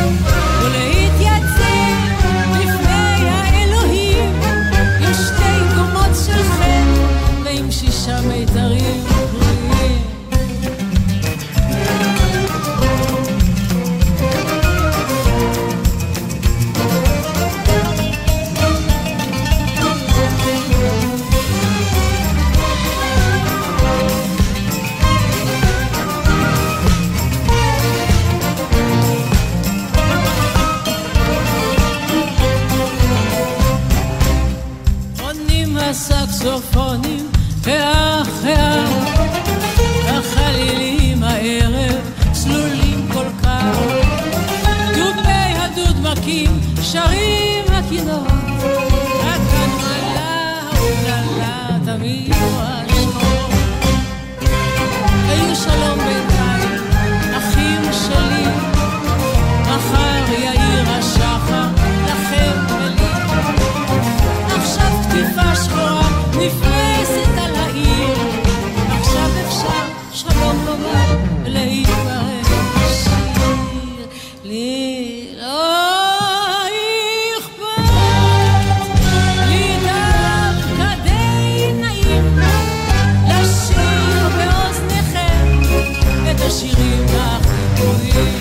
ולהתייצב לפני האלוהים עם שתי קומות של חן ועם 6 מיתרים גבוהים. עונים הסקסופונים האח האח, החלילים הערב צלולים כל כך, טופי הדוד מקים שרים הכינורות, הכנמלה האומללה תמיד רואה שחור. היו שלום בינתיים אחים שלי, מחר יאיר השחר לכם ולי, עכשיו כתיפה שחורה נפרסת על העיר, עכשיו אפשר שלום לומר ולהתברר שיר. לי לא אכפת, לי דווקא די נעים לשיר באוזניכם את השירים הכי גבוהים,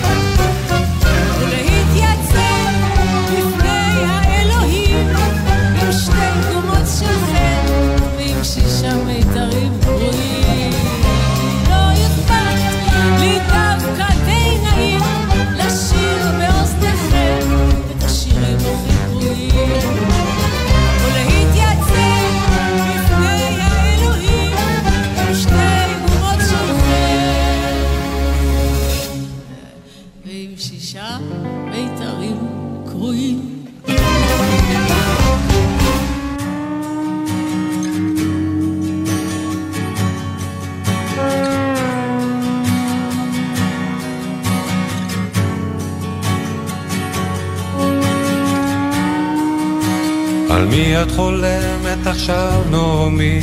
ולהתייצב לפני האלוהים עם 2 קומות של חן ועם 6 מיתרים גבוהים. לא אכפת, לי דווקא די נעים לשיר באוזניכם את השירים הכי גבוהים, ולהתייצב לפני האלוהים עם 2 קומות של חן ועם 6 מיתרים גבוהים. על מי את חולמת עכשיו נעמי?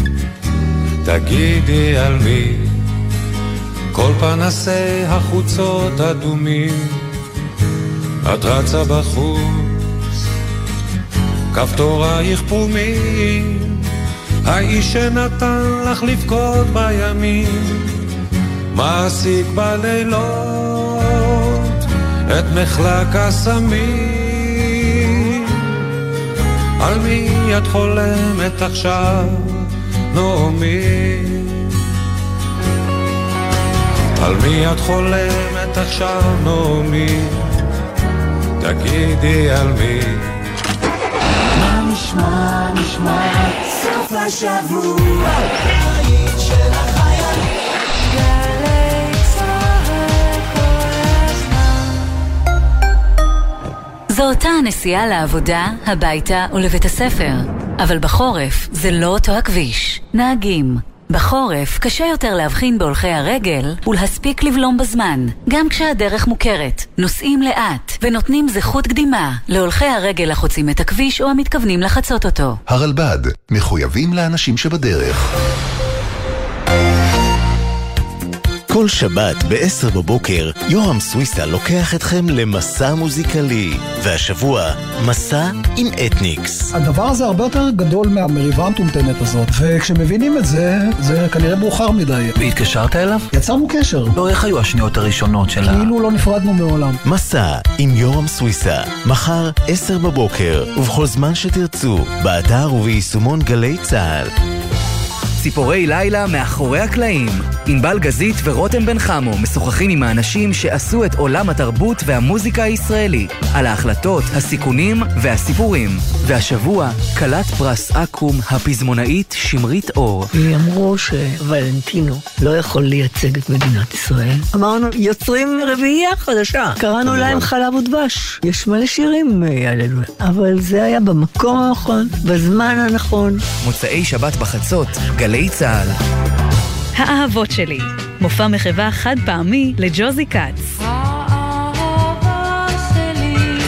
תגידי על מי? כל פנסי החוצות אדומים, את רצה בחוץ, כפתורייך פרומים, האיש שנתן לך לבכות בימים, מעסיק בלילות את מחלק הסמים. על מי את חולמת עכשיו נעמי? על מי את חולמת עכשיו נעמי? תגידי על מי? מה נשמע, נשמע סוף השבוע היית של החיילים גלי צהל כל הזמן. זו אותה הנסיעה לעבודה, הביתה ולבית הספר, אבל בחורף זה לא אותו הכביש. נהגים, בחורף קשה יותר להבחין בהולכי הרגל ולהספיק לבלום בזמן, גם כשהדרך מוכרת. נוסעים לאט ונותנים זכות קדימה להולכי הרגל החוצים את הכביש או המתכוונים לחצות אותו. הרלב"ד, מחויבים לאנשים שבדרך. כל שבת ב-10 בבוקר יורם סוויסה לוקח אתכם למסע מוזיקלי, והשבוע מסע עם אתניקס. הדבר הזה הרבה יותר גדול מהמריבה המטומטמת הזאת, וכשמבינים את זה, זה כנראה מאוחר מדי. והתקשרת אליו? יצרנו קשר. לא, איך היו השניות הראשונות שלה? כאילו לא נפרדנו מעולם. מסע עם יורם סוויסה, מחר 10 בבוקר ובכל זמן שתרצו, באתר וביישומון גלי צהל. ציפורי לילה מאחורי הקלעים. ענבל גזית ורותם בן חמו משוחחים עם האנשים שעשו את עולם התרבות והמוזיקה הישראלי, על ההחלטות, הסיכונים והסיפורים. והשבוע, כלת פרס אקו"ם הפזמונאית שמרית אור. אמרו שוולנטינו לא יכול לייצג את מדינת ישראל. אמרנו, יוצרים רביעייה חדשה. קראנו להם חלב ודבש. יש מלא שירים עלינו, אבל זה היה במקום הנכון, בזמן הנכון. מוצאי שבת בחצות, גלי צהל. האהבות שלי, מופע מחווה חד פעמי לג'וזי קאץ. האהבה שלי,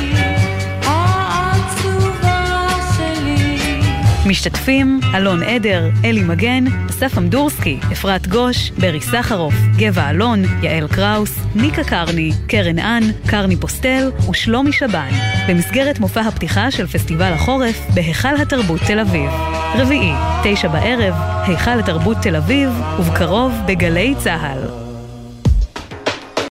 העצובה שלי. משתתפים אלון עדר, אלי מגן, אסף אמדורסקי, אפרת גוש, ברי סחרוף, גבע אלון, יעל קראוס, ניקה קרני, קרן אן, קרני פוסטל ושלומי שבן, במסגרת מופע הפתיחה של פסטיבל החורף בהיכל התרבות תל אביב. רביעי, 9 בערב, היכל התרבות תל אביב, ובקרוב בגלי צהל.